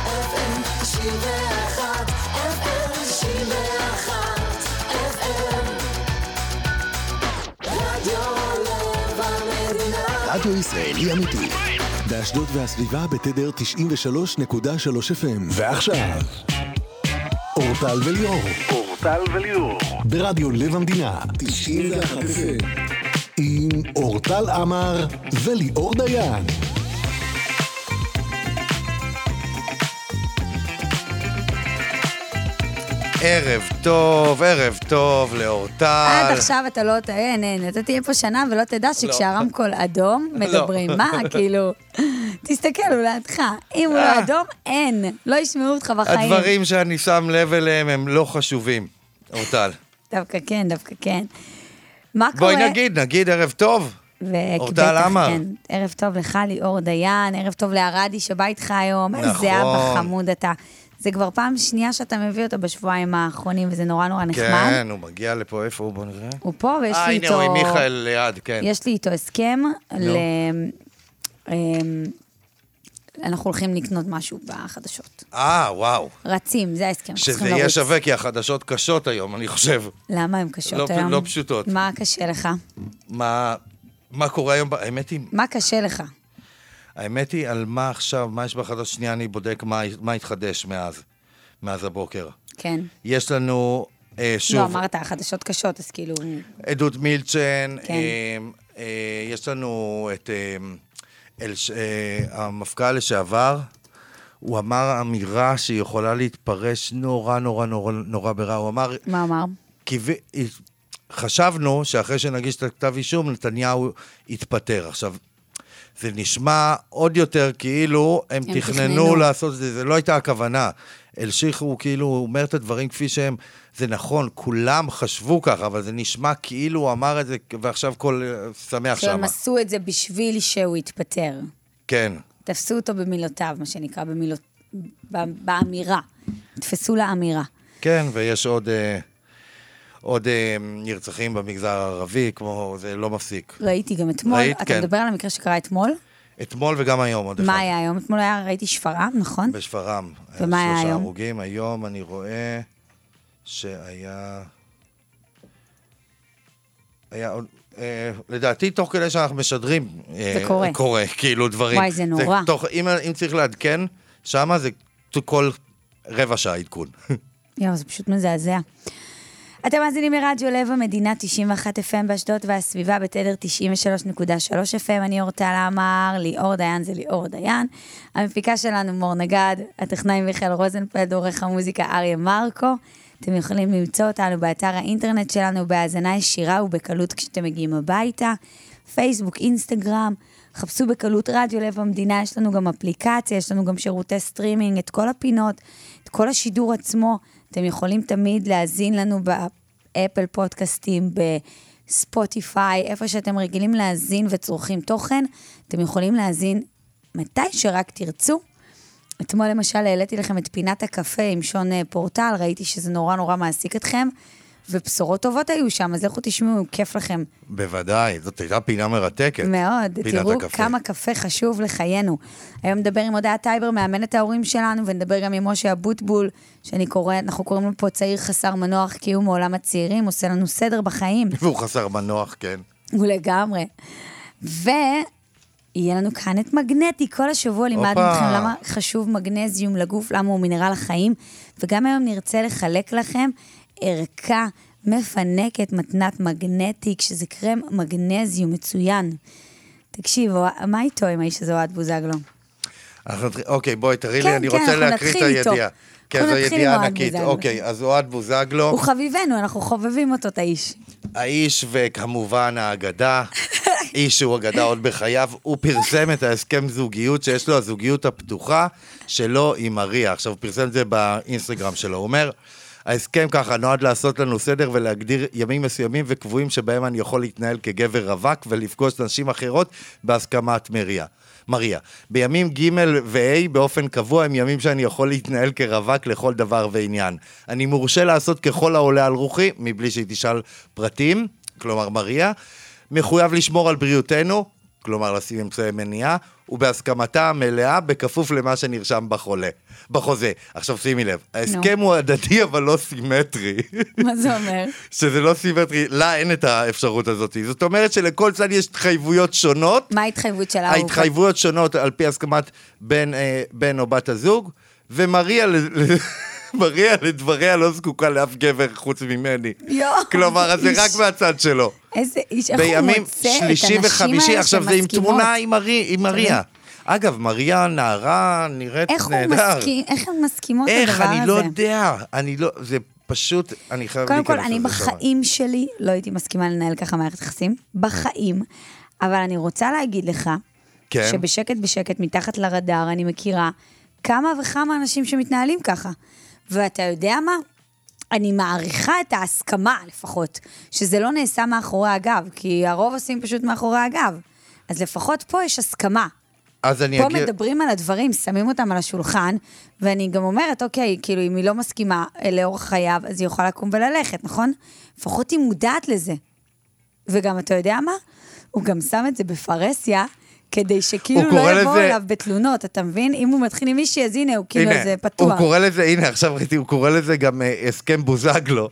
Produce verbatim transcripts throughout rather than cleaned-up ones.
אף אם תשעים ואחת, אף אם תשעים ואחת, אף אם רדיו לב המדינה. רדיו ישראלי אמיתי. באשדוד והסביבה בתדר תשעים ושלוש נקודה שלוש אף אם. ועכשיו אורטל וליאור. אורטל וליאור. ברדיו לב המדינה תשעים ואחת אף אם. עם אורטל עמר וליאור דיין. ערב טוב, ערב טוב לאורטל. עד עכשיו אתה לא תהן, אתה תהיה פה שנה ולא תדע שכשהרמקול אדום מדברים, מה, כאילו, תסתכל, הוא לידך, אם הוא לא אדום, אין, לא ישמעו אותך בחיים. הדברים שאני שם לב אליהם הם לא חשובים, אורטל. דווקא כן, דווקא כן. מה קורה? בואי נגיד, נגיד ערב טוב. אורטל עמר. כן, ערב טוב לך ליאור דיין, ערב טוב לערדי שבא איתך היום, איזה אבא חמוד אתה. זה כבר פעם שנייה שאתה מביא אותו בשבועיים האחרונים, וזה נורא נורא נחמד. כן, הוא מגיע לפה, איפה הוא? בוא נראה. הוא פה, ויש לי איתו... אה, הנה, הוא עם מיכאל ליד, כן. יש לי איתו הסכם ל... אנחנו הולכים לקנות משהו בחדשות. אה, וואו. רצים, זה ההסכם. שזה יהיה שווה, כי החדשות קשות היום, אני חושב. למה הן קשות היום? לא פשוטות. מה קשה לך? מה קורה היום? האמת היא... מה קשה לך? האמת היא, על מה עכשיו, מה יש בחדשות שנייה, אני בודק מה, מה התחדש מאז, מאז הבוקר. כן. יש לנו, אה, שוב... לא, אמרת, החדשות קשות, אז כאילו... עדות מילצ'ן, כן. אה, אה, יש לנו את אה, אל, אה, המפכ"ל לשעבר, הוא אמר אמירה שהיא יכולה להתפרש נורא נורא נורא נורא ברע, הוא אמר... מה אמר? כיוו... חשבנו שאחרי שנגיש את הכתב אישום, נתניהו יתפטר. עכשיו... זה נשמע עוד יותר כאילו הם, הם תכננו, תכננו לעשות את זה, זה לא הייתה הכוונה. אלשיך הוא כאילו הוא אומר את הדברים כפי שהם, זה נכון, כולם חשבו ככה, אבל זה נשמע כאילו הוא אמר את זה, ועכשיו כל שמח שם. שהם עשו את זה בשביל שהוא יתפטר. כן. תפסו אותו במילותיו, מה שנקרא, במילות, באמירה. תפסו לאמירה. כן, ויש עוד... עוד אה, נרצחים במגזר הערבי, כמו זה לא מפסיק. ראיתי גם אתמול, ראית? אתה כן. מדבר על המקרה שקרה אתמול? אתמול וגם היום עוד אחד. מה היה היום? אתמול היה, ראיתי שפרעם, נכון? בשפרעם. ומה היה היום? שלושה הרוגים, היום אני רואה שהיה... היה עוד... אה, לדעתי, תוך כדי שאנחנו משדרים... זה אה, קורה. קורה, כאילו דברים. וואי, זה נורא. זה, תוך, אם, אם צריך לעדכן, שמה זה כל רבע שעה עדכון. יואו, זה פשוט מזעזע. אתם מאזינים לרדיו לב המדינה תשעים ואחת אף אם באשדוד והסביבה בתדר תשעים ושלוש נקודה שלוש אף אם. אני אורטל עמר, ליאור דיין זה ליאור דיין. המפיקה שלנו מור נגד, הטכנאי מיכאל רוזנפלד, עורך המוזיקה אריה מרקו. אתם יכולים למצוא אותנו באתר האינטרנט שלנו בהאזנה ישירה ובקלות כשאתם מגיעים הביתה. פייסבוק, אינסטגרם, חפשו בקלות רדיו לב המדינה, יש לנו גם אפליקציה, יש לנו גם שירותי סטרימינג, את כל הפינות, את כל השידור עצמו. אתם יכולים תמיד להזין לנו באפל פודקאסטים, בספוטיפיי, איפה שאתם רגילים להזין וצורכים תוכן, אתם יכולים להזין מתי שרק תרצו. אתמול למשל העליתי לכם את פינת הקפה עם שון פורטל, ראיתי שזה נורא נורא מעסיק אתכם, ובשורות טובות היו שם, אז לכו תשמעו, כיף לכם. בוודאי, זאת הייתה פינה מרתקת. מאוד, תראו הקפה. כמה קפה חשוב לחיינו. היום נדבר עם הודעה טייבר, מאמנת ההורים שלנו, ונדבר גם עם משה אבוטבול, שאני קורא, אנחנו קוראים לו פה צעיר חסר מנוח, כי הוא מעולם הצעירים, עושה לנו סדר בחיים. והוא חסר מנוח, כן. הוא לגמרי. ויהיה לנו כאן את מגנטי, כל השבוע לימדנו אתכם למה חשוב מגנזיום לגוף, למה הוא מינרל החיים, וגם היום נרצה לחלק לכם ערכה מפנקת מתנת מגנטיק, שזה קרם מגנזיום מצוין. תקשיבו, מה איתו עם האיש הזה אוהד בוזגלו? אוקיי, בואי, תראי לי, אני רוצה להקריא את הידיעה. כן, זו ידיעה ענקית. אוקיי, אז אוהד בוזגלו. הוא חביבנו, אנחנו חובבים אותו, את האיש. האיש וכמובן האגדה, איש שהוא אגדה עוד בחייו, הוא פרסם את ההסכם זוגיות שיש לו, הזוגיות הפתוחה שלו עם מריה. עכשיו, הוא פרסם את זה באינסטגרם שלו. הוא אומר... ההסכם ככה נועד לעשות לנו סדר ולהגדיר ימים מסוימים וקבועים שבהם אני יכול להתנהל כגבר רווק ולפגוש נשים אחרות בהסכמת מריה. מריה. בימים ג' ו-A באופן קבוע הם ימים שאני יכול להתנהל כרווק לכל דבר ועניין. אני מורשה לעשות ככל העולה על רוחי, מבלי שהיא תשאל פרטים, כלומר מריה, מחויב לשמור על בריאותנו, כלומר לשים אמצעי מניעה, ובהסכמתה המלאה, בכפוף למה שנרשם בחולה, בחוזה. עכשיו שימי לב, ההסכם הוא הדדי, אבל לא סימטרי. מה זה אומר? שזה לא סימטרי, לה אין את האפשרות הזאת. זאת אומרת שלכל צד יש התחייבויות שונות. מה ההתחייבות שלה? ההתחייבויות שונות על פי הסכמת בן, אה, בן או בת הזוג, ומריה, מריה לדבריה לא זקוקה לאף גבר חוץ ממני. כלומר, אז זה רק מהצד שלו. איזה איש, איך הוא מוצא את האנשים האלה עכשיו זה עם תמונה עם מריה. אגב, מריה נערה נראית נהדר. איך הן מסכימות איך, לדבר הזה? אני לא יודע. אני לא, זה פשוט, אני חייב קודם להיכנס כל, אני בחיים שלי לא הייתי מסכימה לנהל ככה מערכת יחסים. בחיים. אבל אני רוצה להגיד לך, שבשקט בשקט, מתחת לרדאר, אני מכירה כמה וכמה אנשים שמתנהלים ככה. ואתה יודע מה? אני מעריכה את ההסכמה לפחות, שזה לא נעשה מאחורי הגב, כי הרוב עושים פשוט מאחורי הגב. אז לפחות פה יש הסכמה. אז אני פה אגיד... מדברים על הדברים, שמים אותם על השולחן, ואני גם אומרת, אוקיי, כאילו אם היא לא מסכימה לאורח חייו, אז היא יכולה לקום וללכת, נכון? לפחות היא מודעת לזה. וגם אתה יודע מה? הוא גם שם את זה בפרסיה, כדי שכאילו לא יבואו אליו בתלונות, אתה מבין? אם הוא מתחיל עם מישהי, אז הנה, הוא כאילו זה פתוח. הוא קורא לזה, הנה, עכשיו ראיתי, הוא קורא לזה גם הסכם בוזגלו.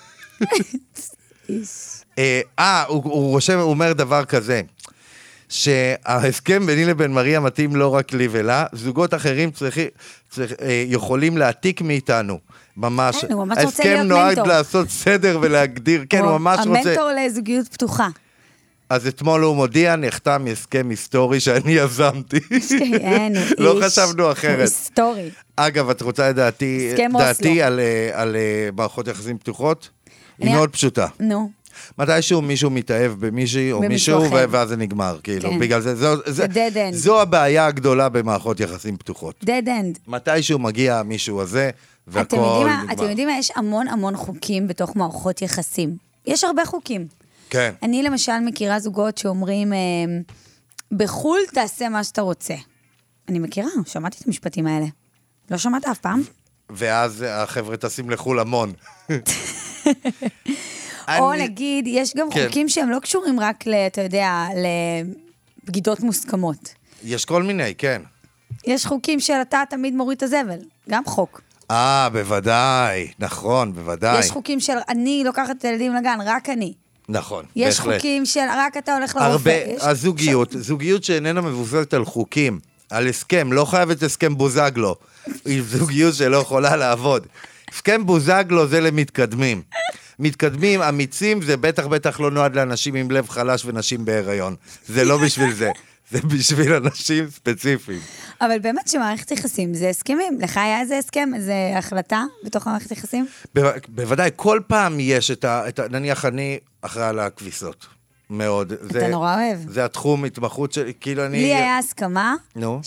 אה, הוא רושם, הוא אומר דבר כזה, שההסכם ביני לבין מריה מתאים לא רק לי ולה, זוגות אחרים צריכים, יכולים להעתיק מאיתנו, ממש. ההסכם נועד לעשות סדר ולהגדיר, כן, הוא ממש רוצה. המנטור לזוגיות פתוחה. אז אתמול הוא מודיע, נחתם הסכם היסטורי שאני יזמתי. לא חשבנו אחרת. היסטורי. אגב, את רוצה לדעתי, דעתי על, על מערכות יחסים פתוחות? היא מאוד פשוטה. נו. מתישהו מישהו מתאהב במישהי או מישהו, ואז זה נגמר, כאילו. בגלל זה, זו הבעיה הגדולה במערכות יחסים פתוחות. dead end. מתישהו מגיע מישהו הזה, והכל נגמר. אתם יודעים מה? יש המון המון חוקים בתוך מערכות יחסים. יש הרבה חוקים. כן. אני למשל מכירה זוגות שאומרים, בחול תעשה מה שאתה רוצה. אני מכירה, שמעתי את המשפטים האלה. לא שמעת אף פעם? ואז החבר'ה טסים לחול המון. או נגיד, יש גם חוקים שהם לא קשורים רק, אתה יודע, לבגידות מוסכמות. יש כל מיני, כן. יש חוקים של אתה תמיד מוריד את הזבל, גם חוק. אה, בוודאי, נכון, בוודאי. יש חוקים של אני לוקחת את הילדים לגן, רק אני. נכון, יש בהחלט. חוקים של רק אתה הולך לרופא. הרבה, יש... הזוגיות, ש... זוגיות שאיננה מבוססת על חוקים, על הסכם, לא חייבת הסכם בוזגלו, היא זוגיות שלא יכולה לעבוד. הסכם בוזגלו זה למתקדמים. מתקדמים, אמיצים, זה בטח בטח לא נועד לאנשים עם לב חלש ונשים בהיריון. זה לא בשביל זה. זה בשביל אנשים ספציפיים. אבל באמת שמערכת יחסים זה הסכמים. לך היה איזה הסכם, איזה החלטה בתוך המערכת יחסים? ב- בוודאי, כל פעם יש את ה... את ה נניח אני אחראי על הכביסות. מאוד. אתה זה, נורא אוהב. זה התחום התמחות שלי, כאילו אני... לי היה הסכמה, נו.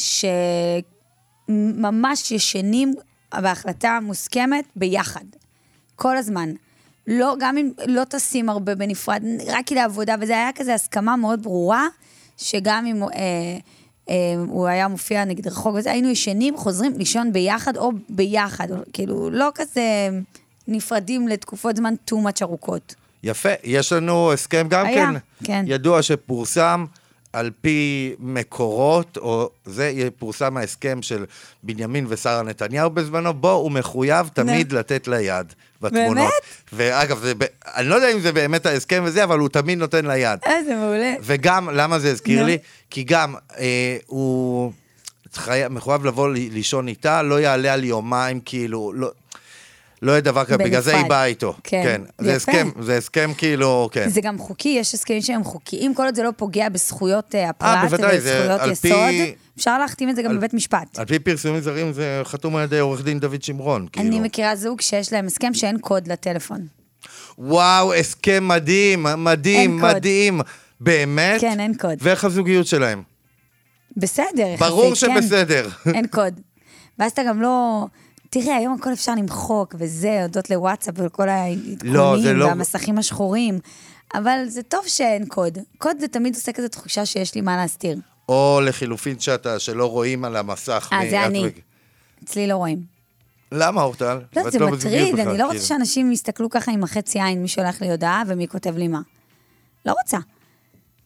שממש ישנים בהחלטה מוסכמת ביחד. כל הזמן. לא, גם אם לא תשים הרבה בנפרד, רק לעבודה, וזה היה כזה הסכמה מאוד ברורה, שגם אם אה, אה, הוא היה מופיע נגד רחוק וזה, היינו ישנים, חוזרים לישון ביחד או ביחד, או, כאילו לא כזה נפרדים לתקופות זמן too much ארוכות. יפה, יש לנו הסכם גם היה, כן, כן, ידוע שפורסם על פי מקורות, או זה פורסם ההסכם של בנימין ושרה נתניהו בזמנו, בו הוא מחויב תמיד לתת ליד בתמונות. באמת? ואגב, זה, אני לא יודע אם זה באמת ההסכם וזה, אבל הוא תמיד נותן ליד. אה, זה מעולה. וגם, למה זה הזכיר לי? כי גם אה, הוא חי... מחויב לבוא לישון איתה, לא יעלה על יומיים, כאילו, לא... לא יהיה דבר כזה, בגלל זה היא באה איתו. כן, כן. זה הסכם, זה הסכם כאילו, כן. זה גם חוקי, יש הסכמים שהם חוקיים, כל עוד זה לא פוגע בזכויות הפרט ובזכויות יסוד, אפשר להחתים את זה גם בבית משפט. על פי פרסומים זרים זה חתום על ידי עורך דין דוד שמרון. אני מכירה זוג שיש להם הסכם שאין קוד לטלפון. וואו, הסכם מדהים, מדהים, מדהים. באמת? כן, אין קוד. ואיך הזוגיות שלהם? בסדר. ברור שבסדר. אין קוד. ואז אתה גם לא... תראה, היום הכל אפשר למחוק, וזה, הודות לוואטסאפ וכל העדכונים והמסכים השחורים, אבל זה טוב שאין קוד. קוד זה תמיד עושה כזה תחושה שיש לי מה להסתיר. או לחילופין שאתה, שלא רואים על המסך. אה, זה אני. אצלי לא רואים. למה, אורטל? לא, זה מטריד, אני לא רוצה שאנשים יסתכלו ככה עם החצי עין, מי שולח לי הודעה ומי כותב לי מה. לא רוצה.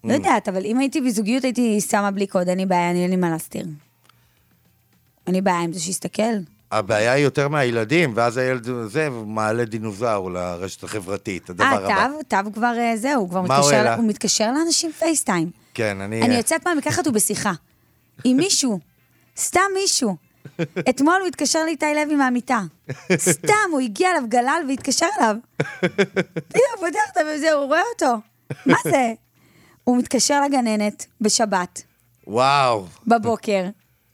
לא יודעת, אבל אם הייתי בזוגיות, הייתי שמה בלי קוד, אין לי בעיה, אין לי מה להסתיר. אין לי בעיה עם זה שיסתכל. הבעיה היא יותר מהילדים, ואז הילד הזה מעלה דינוזאור לרשת החברתית, הדבר הבא. אה, טב, טב כבר זהו, הוא כבר מתקשר, הוא מתקשר לאנשים פייסטיים. כן, אני... אני יוצאת מהמקחת ובשיחה. עם מישהו, סתם מישהו. אתמול הוא התקשר לאיתי לוי מהמיטה. סתם, הוא הגיע אליו גלל והתקשר אליו. תראה, פותח אותה וזהו, הוא רואה אותו. מה זה? הוא מתקשר לגננת בשבת. וואו. בבוקר.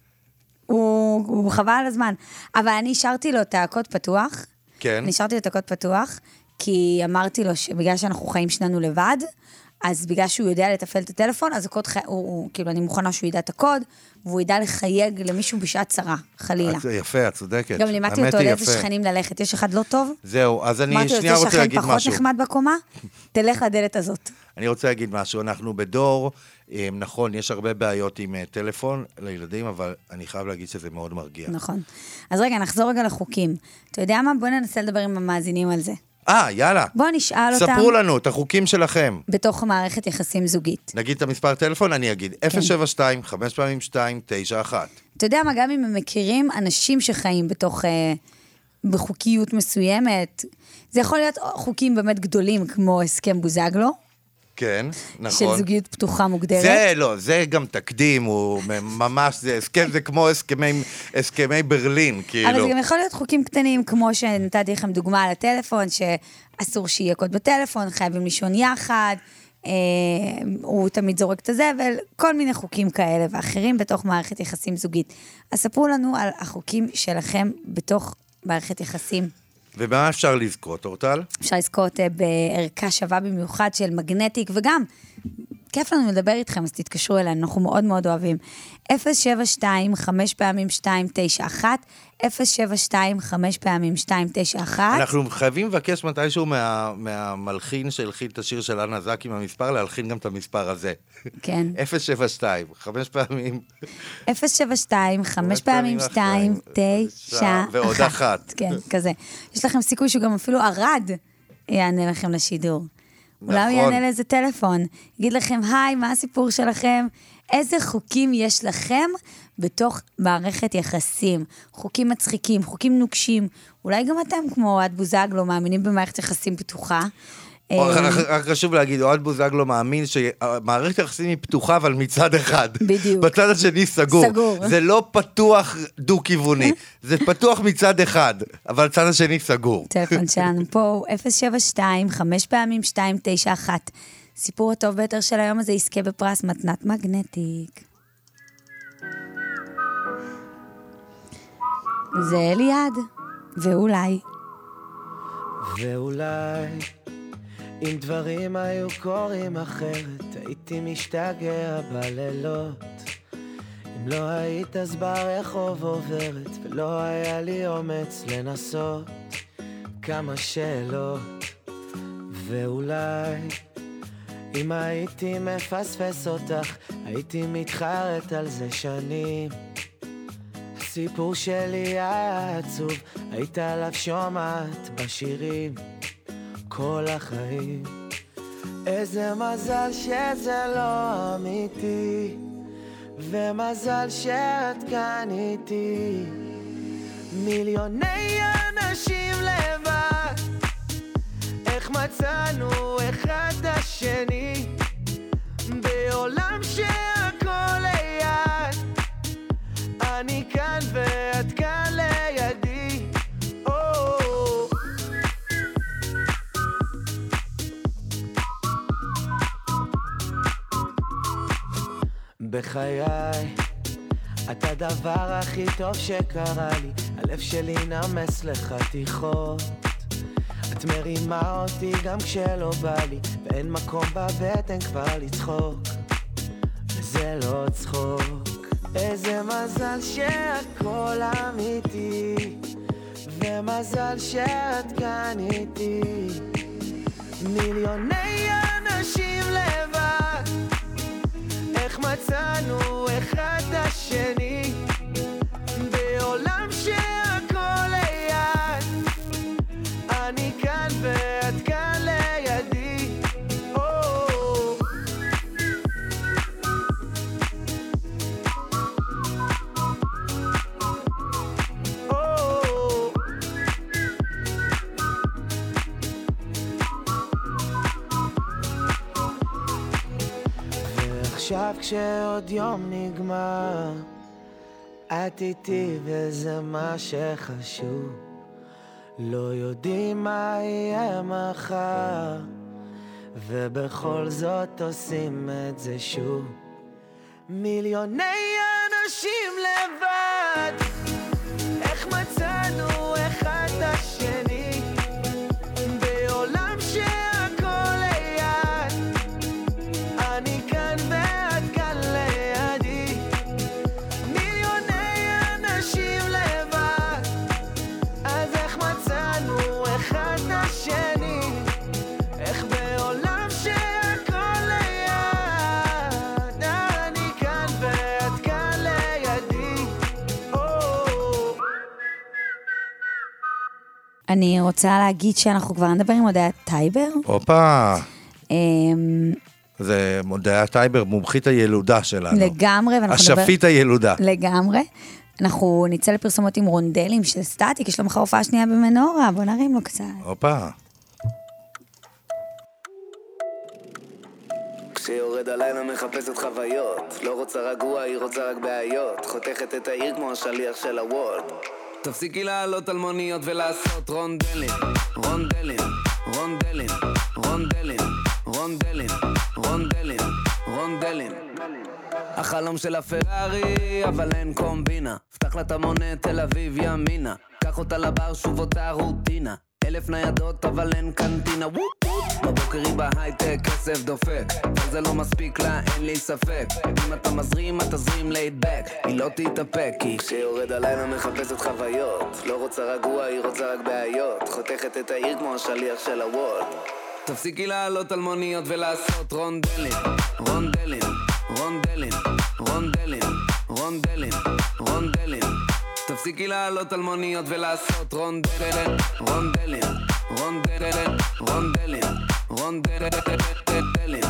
הוא, הוא חבל על הזמן. אבל אני השארתי לו את הקוד פתוח. כן. אני השארתי לו את הקוד פתוח, כי אמרתי לו שבגלל שאנחנו חיים שננו לבד, אז בגלל שהוא יודע לתפעל את הטלפון, אז הקוד, הוא, הוא, כאילו, אני מוכנה שהוא ידע את הקוד, והוא ידע לחייג למישהו בשעת צרה, חלילה. את, יפה, את צודקת. גם לימדתי אותו לאיזה שכנים ללכת. יש אחד לא טוב? זהו, אז אני שנייה רוצה להגיד משהו. אמרתי לו, יש שכן פחות נחמד בקומה? תלך לדלת הזאת. אני רוצה להגיד משהו. אנחנו בדור, נכון, יש הרבה בעיות עם טלפון לילדים, אבל אני חייב להגיד שזה מאוד מרגיע. נכון. אז רגע, נחזור רגע לחוקים. אתה יודע מה? בוא ננסה לדבר עם המאזינים על זה. אה, יאללה. בוא נשאל אותם. ספרו לנו את החוקים שלכם. בתוך מערכת יחסים זוגית. נגיד את המספר טלפון, אני אגיד. אפס שבע שתיים, חמש פעמים שתיים, תשע אחת. אתה יודע מה, גם אם הם מכירים אנשים שחיים בתוך, אה, בחוקיות מסוימת, זה יכול להיות חוקים באמת גדולים, כמו הסכם בוזגלו. כן, נכון. של זוגיות פתוחה מוגדרת. זה לא, זה גם תקדים, הוא ממש, זה הסכם, זה כמו הסכמי, הסכמי ברלין, כאילו. אבל זה גם יכול להיות חוקים קטנים, כמו שנתתי לכם דוגמה על הטלפון, שאסור שיהיה קוד בטלפון, חייבים לישון יחד, אה, הוא תמיד זורק את הזבל, כל מיני חוקים כאלה ואחרים בתוך מערכת יחסים זוגית. אז ספרו לנו על החוקים שלכם בתוך מערכת יחסים. ובמה אפשר לזכות, אורטל? אפשר לזכות בערכה שווה במיוחד של מגנטיק, וגם, כיף לנו לדבר איתכם, אז תתקשרו אלינו, אנחנו מאוד מאוד אוהבים. אפס שבע שתיים, חמש פעמים שתיים, תשע אחת, אפס שבע שתיים, חמש פעמים שתיים, תשע אחת. אנחנו חייבים לבקש מתישהו מה, מהמלחין שהלחין את השיר של אנה זק עם המספר, להלחין גם את המספר הזה. כן. אפס שבע שתיים, חמש פעמים. אפס שבע שתיים, חמש פעמים שתיים, תשע, ועוד אחת. כן, כזה. יש לכם סיכוי שהוא גם אפילו ערד יענה לכם לשידור. אולי הוא יענה לאיזה טלפון, יגיד לכם, היי, מה הסיפור שלכם? איזה חוקים יש לכם בתוך מערכת יחסים? חוקים מצחיקים, חוקים נוקשים. אולי גם אתם, כמו אוהד בוזגלו, מאמינים במערכת יחסים פתוחה. רק חשוב להגיד, אוהד בוזגלו מאמין שמערכת יחסים היא פתוחה, אבל מצד אחד. בדיוק. בצד השני סגור. סגור. זה לא פתוח דו-כיווני, זה פתוח מצד אחד, אבל הצד השני סגור. טלפון שלנו פה הוא אפס שבע שתיים, חמש פעמים שתיים, תשע אחת. סיפור הטוב ביותר של היום הזה יזכה בפרס מתנת מגנטיק. זה אליעד, ואולי. ואולי אם דברים היו קורים אחרת, הייתי משתגע בלילות. אם לא היית אז ברחוב עוברת, ולא היה לי אומץ לנסות כמה שאלות. ואולי אם הייתי מפספס אותך, הייתי מתחרט על זה שנים. הסיפור שלי היה עצוב, היית עליו שומעת בשירים כל החיים. איזה מזל שזה לא אמיתי, ומזל שאת כאן איתי. מיליוני אנשים לבד, איך מצאנו אחד את השני, בעולם שהכל ליד. אני כאן ואת כאן לידי. בחיי את הדבר הכי טוב שקרה לי, הלב שלי נמס לחתיכות. את מרימה אותי גם כשלא בא לי, ואין מקום בבטן כבר לצחוק, וזה לא צחוק. איזה מזל שהכל אמיתי, ומזל שאת כאן איתי. מיליוני אנשים לבד, איך מצאנו אחד את השני, בעולם שהכל ליד. אני כאן ואת כאן לידי. עכשיו כשעוד יום נגמר, את איתי וזה מה שחשוב. לא יודעים מה יהיה מחר, ובכל זאת עושים את זה שוב. מיליוני אנשים לבד, איך מצאנו אחד את השני, בעולם שהכל ליד, אני כאן ואת כאן לידי. מיליוני אנשים לבד, אז איך מצאנו אחד את השני, איך בעולם שהכל ליד, אני כאן ואת כאן לידי. אני רוצה להגיד שאנחנו כבר נדבר עם הודיה טייבר. הופה, אמ, זה הודיה טייבר, מומחית הילודה שלנו. לגמרי, ואנחנו נדבר... השפית הילודה. לגמרי. אנחנו נצא לפרסומות עם רונדלים של סטטיק, יש לו מחר הופעה שנייה במנורה, בוא נרים לו קצת. הופה. כשיורד הלילה מחפשת חוויות, לא רוצה רגוע, היא רוצה רק בעיות, חותכת את העיר כמו השליח של הוולד. תפסיקי לעלות על מוניות ולעשות רונדלים, רונדלים, רונדלים, רונדלים, רונדלים, רונדלים, רונדלים. החלום של הפרארי, אבל אין קומבינה, פתח לה את המונה תל אביב ימינה, קח אותה לבר שוב אותה רוטינה, אלף ניידות אבל אין קנטינה. בבוקר היא בהייטק, כסף דופק, אבל זה לא מספיק לה, אין לי ספק, אם אתה מזרים, אתה תזרים ליידבק, היא לא תתאפק, כי כשיורד הלילה מחפשת חוויות, לא רוצה רגוע, היא רוצה רק בעיות, חותכת את העיר כמו השליח של הוולד. תפסיקי לעלות על מוניות ולעשות רונדלים, רונדלים, רונדלים, רונדלים, רונדלים, רונדלים. תפסיקי לעלות על מוניות ולעשות רונדלים, רונדלים, רונדלים, רונדלים, רונדלים.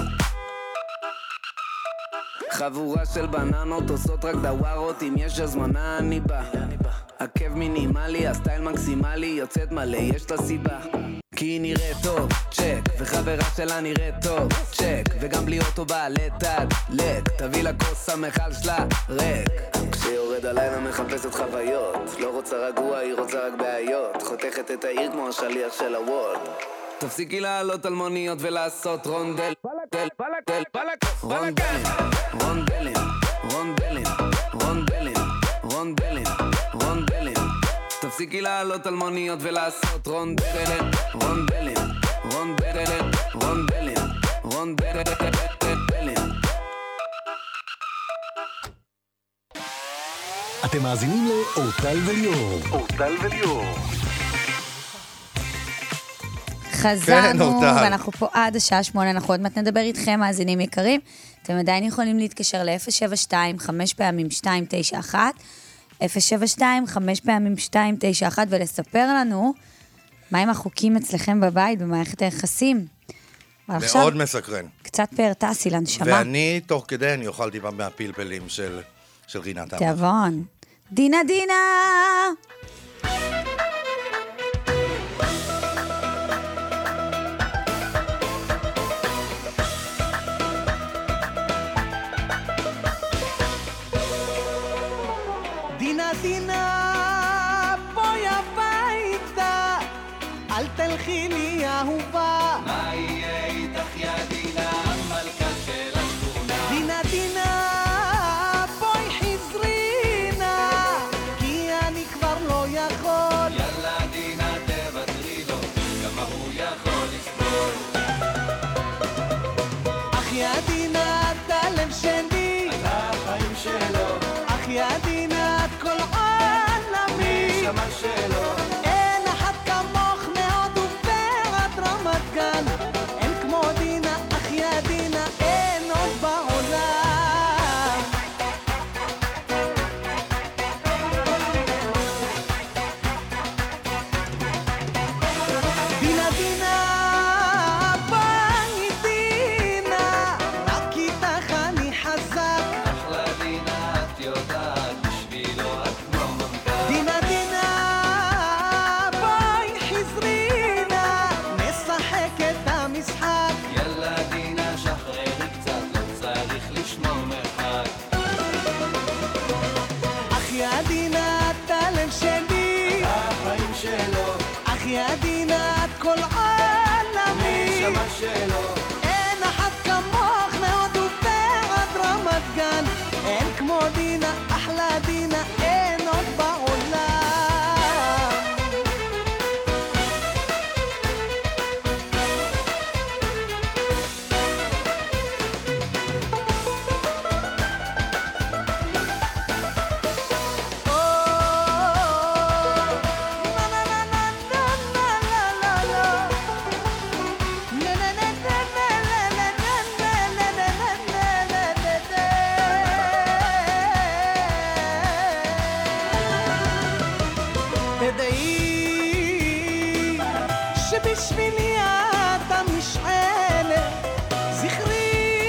חבורה של בננות עושות רק דווארות, אם יש הזמנה אני בא. עקב מינימלי, הסטייל מקסימלי, יוצאת מלא, יש לה סיבה. כי היא נראית טוב, צ'ק, וחברה שלה נראית טוב, צ'ק, וגם בלי אוטו בעלת עד, לק, תביא לה כוס המחל שלה, ריק. כשיורד הלילה מחפשת חוויות, לא רוצה רגוע, היא רוצה רק בעיות, חותכת את העיר כמו השליח של הוולד. תפסיקי לעלות על מוניות ולעשות רונדל, רונדלים, רונדלים, רונדלים, רונדלים, רונדלים, רונדלים. תפסיקי לעלות על מוניות ולעשות רונדלים, רונדלים, רונדלים, רונדלים, רונדלים. אתם מאזינים לאורטל וליאור. אורטל וליאור. חזרנו, ואנחנו פה עד השעה שמונה, אנחנו עוד מעט נדבר איתכם, מאזינים יקרים. אתם עדיין יכולים להתקשר ל-אפס שבע שתיים חמש פעמים שתיים תשע אחת, אפס שבע שתיים חמש פעמים שתיים תשע אחת, ולספר לנו מה עם החוקים אצלכם בבית, במערכת היחסים. מאוד מסקרן. קצת פארטסי לנשמה. ואני, תוך כדי, אני אוכל טיפה מהפלפלים של, של רינת עמך. תיאבון. דינה דינה! דינה דינה בואי הביתה, אל תלכי לי אהובה. מה יהיה איתך יא דינה, המלכה של השכונה? דינה דינה בואי חזרי נא, כי אני כבר לא יכול. יאללה דינה תוותרי לו, כמה הוא יכול לסבול. אך יא דינה את הלב שלי, את החיים שלו, אך יא דינה את כל עולמי, שמה שלו. אין אחד כמוך מהודו ועד רמת שלו. אין אחת כמוך מהודו ועד רמת גן, אין כמו דינה, אחלה דינה, אין עוד בעולם. תדעי שבשבילי את המשענת, זכרי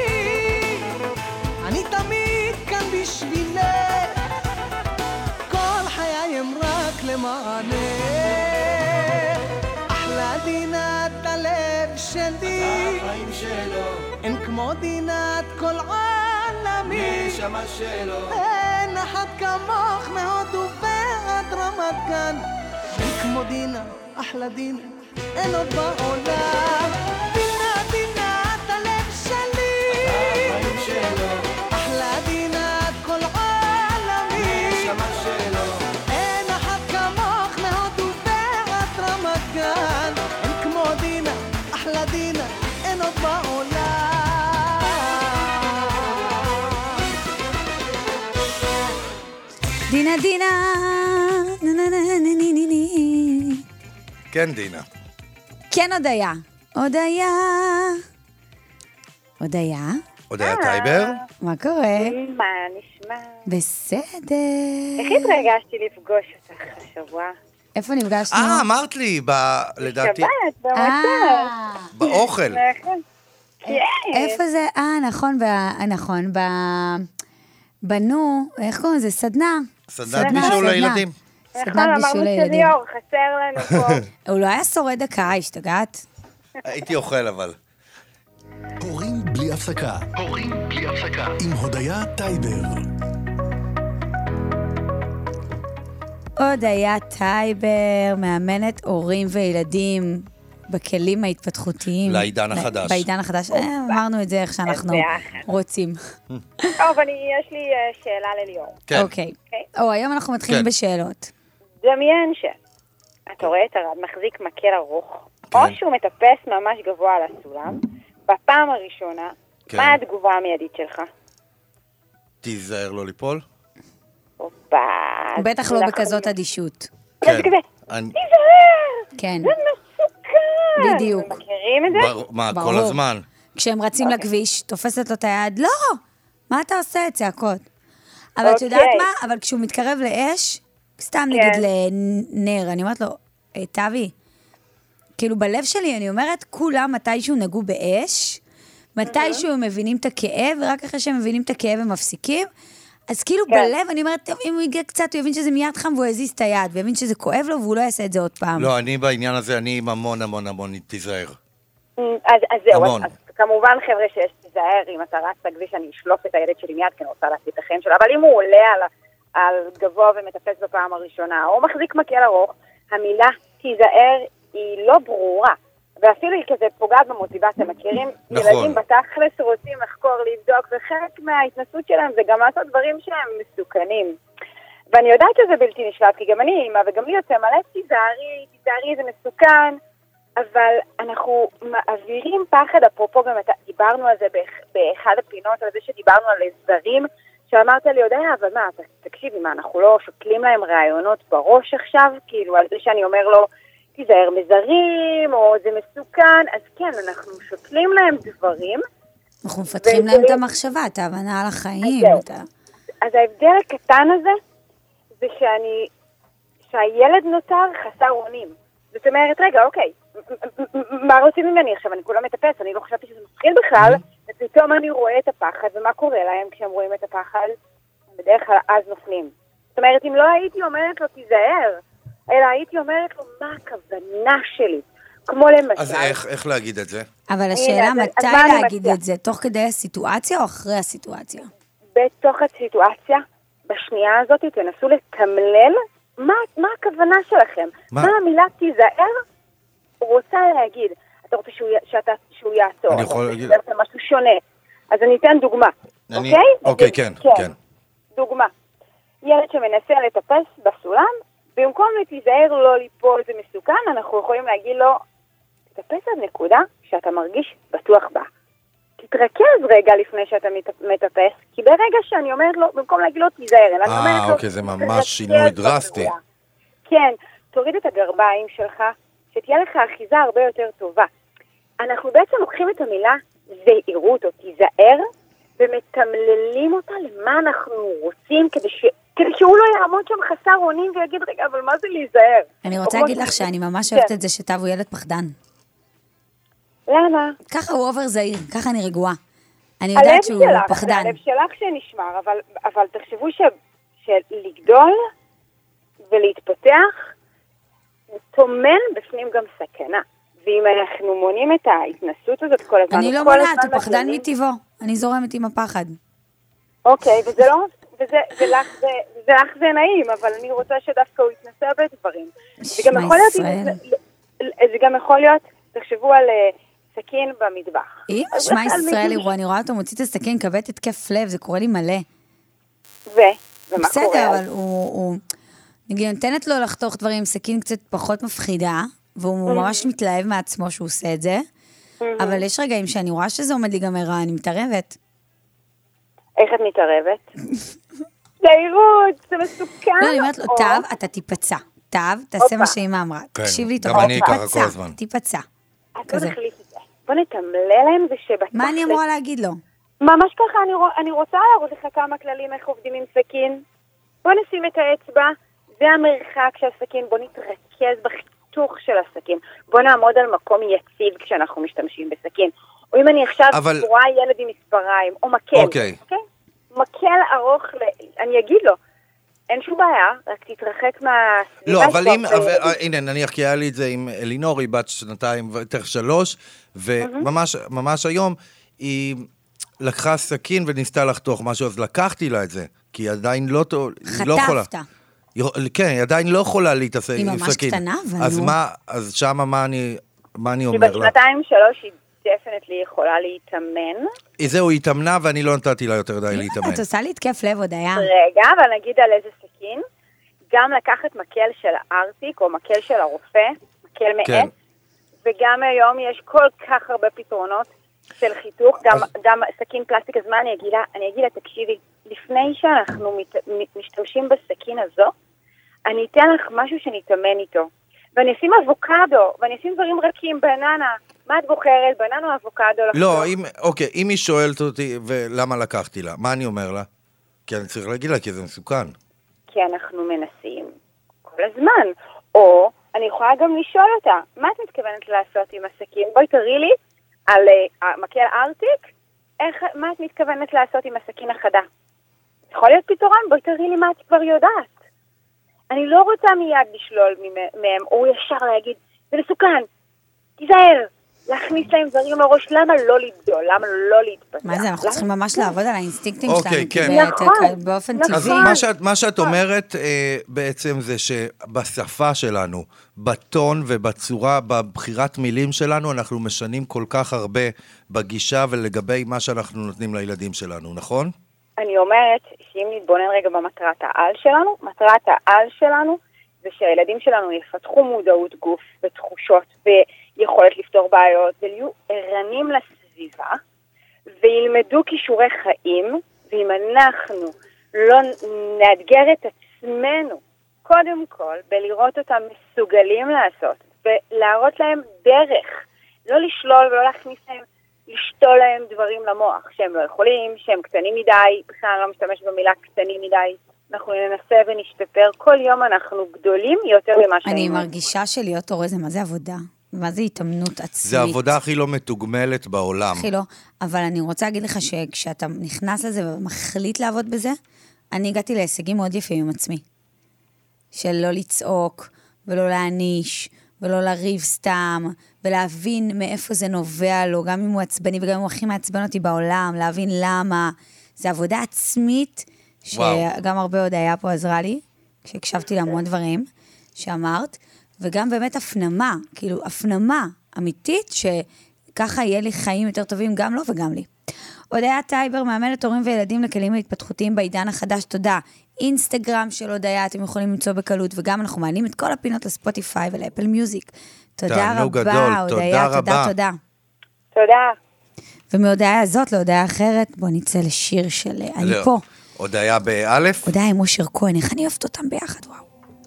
אני תמיד כאן בשבילך, כל חיי הם רק למענך. אחלה דינת הלב שלי, החיים שלו, אין כמו דינת כל עולמי, נשמה שלו. אין אחת כמוך מהודו ועד רמת גן, אין כמו דינה, אחלה דינה, אין עוד בעולם. דינה, דינת הלב שלי, החיים שלו, אחלה דינת כל עולמי, נשמה שלו. אין אחת כמוך מהודו ועד רמת גן, אין כמו דינה, אחלה דינה, אין עוד בעולם. דינה דינה, נה נה נה נה נה נה נה. כן, דינה. כן, הודיה. הודיה. הודיה? הודיה טייבר? מה קורה? מה נשמע? בסדר. איך התרגשתי לפגוש אותך השבוע? איפה נפגשנו? אה, אמרת לי, ב- לדעתי, שבת, במצב. אה, באוכל. נכון. כן. איפה זה? אה, נכון, ב- נכון, ב- בנו, איך קוראים לזה? סדנה. סדנת בישול לילדים. נכון, סדנת בישול אמרנו לילדים. שליאור, חסר לנו פה. הוא לא היה שורד דקה, השתגעת? הייתי אוכל אבל. הורים בלי הפסקה. הורים בלי הפסקה. עם הודיה טייבר. הודיה טייבר, מאמנת הורים וילדים בכלים ההתפתחותיים. לעידן ב- החדש. בעידן החדש. אה, אמרנו את זה איך שאנחנו ביחד. רוצים. טוב, אני, יש לי אה, שאלה לליאור. כן. אוקיי. אוקיי. או, היום אנחנו מתחילים כן. בשאלות. דמיין ש... אתה רואה את הרד מחזיק מקל ארוך, כן. או שהוא מטפס ממש גבוה על הסולם, בפעם הראשונה, כן. מה התגובה המיידית שלך? תיזהר לא ליפול. הופה. בטח לא אנחנו- בכזאת אדישות. זה כזה, אני- תיזהר! כן, זה מסוכן! בדיוק. אתם מכירים את זה? בר- מה, כל ברור. הזמן? כשהם רצים אוקיי. לכביש, תופסת לו את היד, לא! מה אתה עושה? צעקות. אבל את אוקיי. יודעת מה? אבל כשהוא מתקרב לאש, סתם כן. נגיד לנר, אני אומרת לו, "אה, תבי, כאילו בלב שלי אני אומרת, כולם מתישהו נגעו באש, מתישהו הם מבינים את הכאב, ורק אחרי שהם מבינים את הכאב הם מפסיקים. אז כאילו כן. בלב אני אומרת, טוב, אם הוא יגיע קצת, הוא יבין שזה מיד חם והוא יזיז את היד, ויבין שזה כואב לו והוא לא יעשה את זה עוד פעם. לא, אני בעניין הזה, אני עם המון המון המון תיזהר. אז, אז זהו, המון. אז, אז כמובן חבר'ה שיש תיזהר, אם אתה רץ לכביש אני אשלוף את הילד שלי מיד, כי אני רוצה להציל את החיים שלו, אבל אם הוא עולה על, על גבוה ומטפס בפעם הראשונה, או מחזיק מקל ארוך, המילה תיזהר היא לא ברורה, ואפילו היא כזה פוגעת במוטיבציה, מכירים? נכון. ילדים בתכלס רוצים לחקור, לבדוק, וחלק מההתנסות שלהם זה גם לעשות דברים שהם מסוכנים. ואני יודעת שזה בלתי נשלט, כי גם אני אימא, וגם לי יוצא מלא תיזהרי, תיזהרי זה מסוכן, אבל אנחנו מעבירים פחד, אפרופו באמת, דיברנו על זה באח- באחד הפינות, על זה שדיברנו על זרים, שאמרת לי, יודע, אבל מה, ת- תקשיבי, מה, אנחנו לא שוקלים להם רעיונות בראש עכשיו, כאילו, על זה שאני אומר לו, תיזהר מזרים, או זה מסוכן, אז כן, אנחנו שוקלים להם דברים, אנחנו מפתחים להם את המחשבה, את ההבנה על החיים. אז את ה... אז ההבדל הקטן הזה, זה שאני, שהילד נותר חסר אונים. זאת אומרת, רגע, אוקיי, מה רוצים ממני עכשיו? אני כולה מטפס, אני לא חשבתי שזה מפחיד בכלל, ופתאום אני רואה את הפחד, ומה קורה להם כשהם רואים את הפחד? הם בדרך כלל אז נופלים. זאת אומרת, אם לא הייתי אומרת לו, תיזהר, אלא הייתי אומרת לו, מה הכוונה שלי? כמו למשל... אז איך, איך להגיד את זה? אבל השאלה אז- אז מתי מה אני להגיד מציעה? את זה, תוך כדי הסיטואציה או אחרי הסיטואציה? בתוך הסיטואציה, בשנייה הזאת, תנסו לתמלל מה, מה הכוונה שלכם. מה? מה המילה תיזהר רוצה להגיד. אתה רוצה שהוא, שאתה, שהוא יעצור. אני יכול להגיד... זה משהו שונה. אז אני אתן דוגמה, אני... אוקיי? אוקיי, כן, כן, כן. דוגמה. ילד שמנסה לטפס בסולם, במקום לתיזהר לא ליפול זה מסוכן, אנחנו יכולים להגיד לו, תטפס עד נקודה שאתה מרגיש בטוח בה. תתרכז רגע לפני שאתה מטפס, כי ברגע שאני אומרת לו, במקום להגיד לו תיזהר, אני אומרת לו... אה, אוקיי, זה ממש שינוי דרסטי. כן, תוריד את הגרביים שלך, שתהיה לך אחיזה הרבה יותר טובה. אנחנו בעצם לוקחים את המילה זהירות או תיזהר, ומתמללים אותה למה אנחנו רוצים, כדי, ש... כדי שהוא לא יעמוד שם חסר אונים ויגיד, רגע, אבל מה זה להיזהר? אני רוצה להגיד לך שאני ממש אוהבת את זה שטב הוא ילד פחדן. למה? ככה הוא אובר זהיר, ככה אני רגועה. אני יודעת שהוא שלך, פחדן. הלב שלך שנשמר, אבל, אבל תחשבו ש... שלגדול ולהתפתח, תומן בפנים גם סכנה. ואם אנחנו מונים את ההתנסות הזאת כל הזמן... אני לא מונעת, הוא פחדן מטבעו. אני זורמת עם הפחד. אוקיי, וזה לא... וזה, ולך זה, זה לך זה נעים, אבל אני רוצה שדווקא הוא יתנסה בדברים. זה גם יכול להיות... זה גם יכול להיות, תחשבו על סכין במטבח. אם שמע ישראל, אני רואה אותו מוציא את הסכין, קבט התקף לב, זה קורה לי מלא. ו? ומה קורה? בסדר, אבל הוא... נגיד, נותנת לו לחתוך דברים עם סכין קצת פחות מפחידה, והוא ממש מתלהב מעצמו שהוא עושה את זה, אבל יש רגעים שאני רואה שזה עומד להיגמר רע, אני מתערבת. איך את מתערבת? זהירות, זה מסוכן. לא, אני אומרת לו, טוב, אתה תיפצע. טוב, תעשה מה שאמא אמרה. תקשיב לי, גם אני ככה כל הזמן. תיפצע. בוא נחליף את זה. בוא נתמלל להם זה שבתכלס... מה אני אמורה להגיד לו? ממש ככה, אני רוצה להראות לך כמה כללים איך עובדים עם סכין. בוא נשים את האצבע, זה המרחק של הסכין, בוא נתרכז בחיתוך של הסכין. בוא נעמוד על מקום יציב כשאנחנו משתמשים בסכין. או אם אני עכשיו אבל... רואה ילד עם מספריים, או מקל. אוקיי. אוקיי? מקל ארוך, ל... אני אגיד לו, אין שום בעיה, רק תתרחק מה... לא, אבל אם, הנה, נניח, כי היה לי את זה עם אלינורי, בת שנתיים ותך שלוש, וממש ממש היום, היא לקחה סכין וניסתה לחתוך משהו, אז לקחתי לה את זה, כי היא עדיין לא יכולה. חטפת. כן, היא עדיין לא יכולה להתעסק עם סכין. היא ממש קטנה, אבל אז נו. מה, אז שמה מה אני, מה אני כי אומר לה? בשנתיים שלוש היא דפנטלי יכולה להתאמן. זהו, היא התאמנה ואני לא נתתי לה יותר די להתאמן. את עושה לי התקף לב עוד היה. רגע, אבל נגיד על איזה סכין, גם לקחת מקל של הארטיק או מקל של הרופא, מקל מעץ, כן. וגם היום יש כל כך הרבה פתרונות של חיתוך, גם, אז... גם סכין פלסטיק, אז מה אני אגיד לה? אני אגיד לה, תקשיבי, לפני שאנחנו מת, משתמשים בסכין הזו, אני אתן לך משהו שנתאמן איתו. ואני אשים אבוקדו, ואני אשים דברים רכים, בננה. מה את בוחרת? בננה או אבוקדו? לא, אם, אוקיי, אם היא שואלת אותי, ולמה לקחתי לה? מה אני אומר לה? כי אני צריך להגיד לה, כי זה מסוכן. כי אנחנו מנסים כל הזמן. או, אני יכולה גם לשאול אותה, מה את מתכוונת לעשות עם הסכין? בואי תראי לי על uh, מקל ארטיק, איך, מה את מתכוונת לעשות עם הסכין החדה? יכול להיות פתרון, בואי תראי לי מה את כבר יודעת. אני לא רוצה מיד לשלול מהם, או ישר להגיד, זה מסוכן, תיזהר, להכניס להם דברים לראש, למה לא לגדול, למה לא להתפתח? מה זה, אנחנו צריכים ממש לעבוד על האינסטינקטים אוקיי, שלנו, כן. באופן אז טבעי. מה שאת, מה שאת אומרת אה, בעצם זה שבשפה שלנו, בטון ובצורה, בבחירת מילים שלנו, אנחנו משנים כל כך הרבה בגישה ולגבי מה שאנחנו נותנים לילדים שלנו, נכון? אני אומרת שאם נתבונן רגע במטרת העל שלנו, מטרת העל שלנו זה שהילדים שלנו יפתחו מודעות גוף ותחושות ויכולת לפתור בעיות, ויהיו ערנים לסביבה, וילמדו כישורי חיים, ואם אנחנו לא נאתגר את עצמנו, קודם כל, בלראות אותם מסוגלים לעשות, ולהראות להם דרך, לא לשלול ולא להכניס להם, לשתול להם דברים למוח, שהם לא יכולים, שהם קטנים מדי, בכלל אני לא משתמש במילה קטנים מדי, אנחנו ננסה ונשתפר, כל יום אנחנו גדולים יותר ממה שהיינו. אני מרגישה שלהיות הורה זה מה זה עבודה, מה זה התאמנות עצמית. זה העבודה הכי לא מתוגמלת בעולם. הכי לא, אבל אני רוצה להגיד לך שכשאתה נכנס לזה ומחליט לעבוד בזה, אני הגעתי להישגים מאוד יפים עם עצמי. של לא לצעוק ולא להניש, ולא לריב סתם, ולהבין מאיפה זה נובע לו, גם אם הוא עצבני וגם אם הוא הכי מעצבן אותי בעולם, להבין למה. זה עבודה עצמית, שגם הרבה עוד היה פה עזרה לי, כשהקשבתי להמון דברים שאמרת, וגם באמת הפנמה, כאילו הפנמה, אמיתית, שככה יהיה לי חיים יותר טובים גם לו וגם לי. הודיה טייבר, מאמנת הורים וילדים לכלים ההתפתחותיים בעידן החדש, תודה. אינסטגרם של הודיה, אתם יכולים למצוא בקלות, וגם אנחנו מעלים את כל הפינות לספוטיפיי ולאפל מיוזיק. תודה רבה, הודיה, תודה, תודה. תודה. ומהודיה הזאת להודיה אחרת, בוא נצא לשיר של אני פה. הודיה באלף? הודיה עם אושר כהן, איך אני אוהבת אותם ביחד, וואו.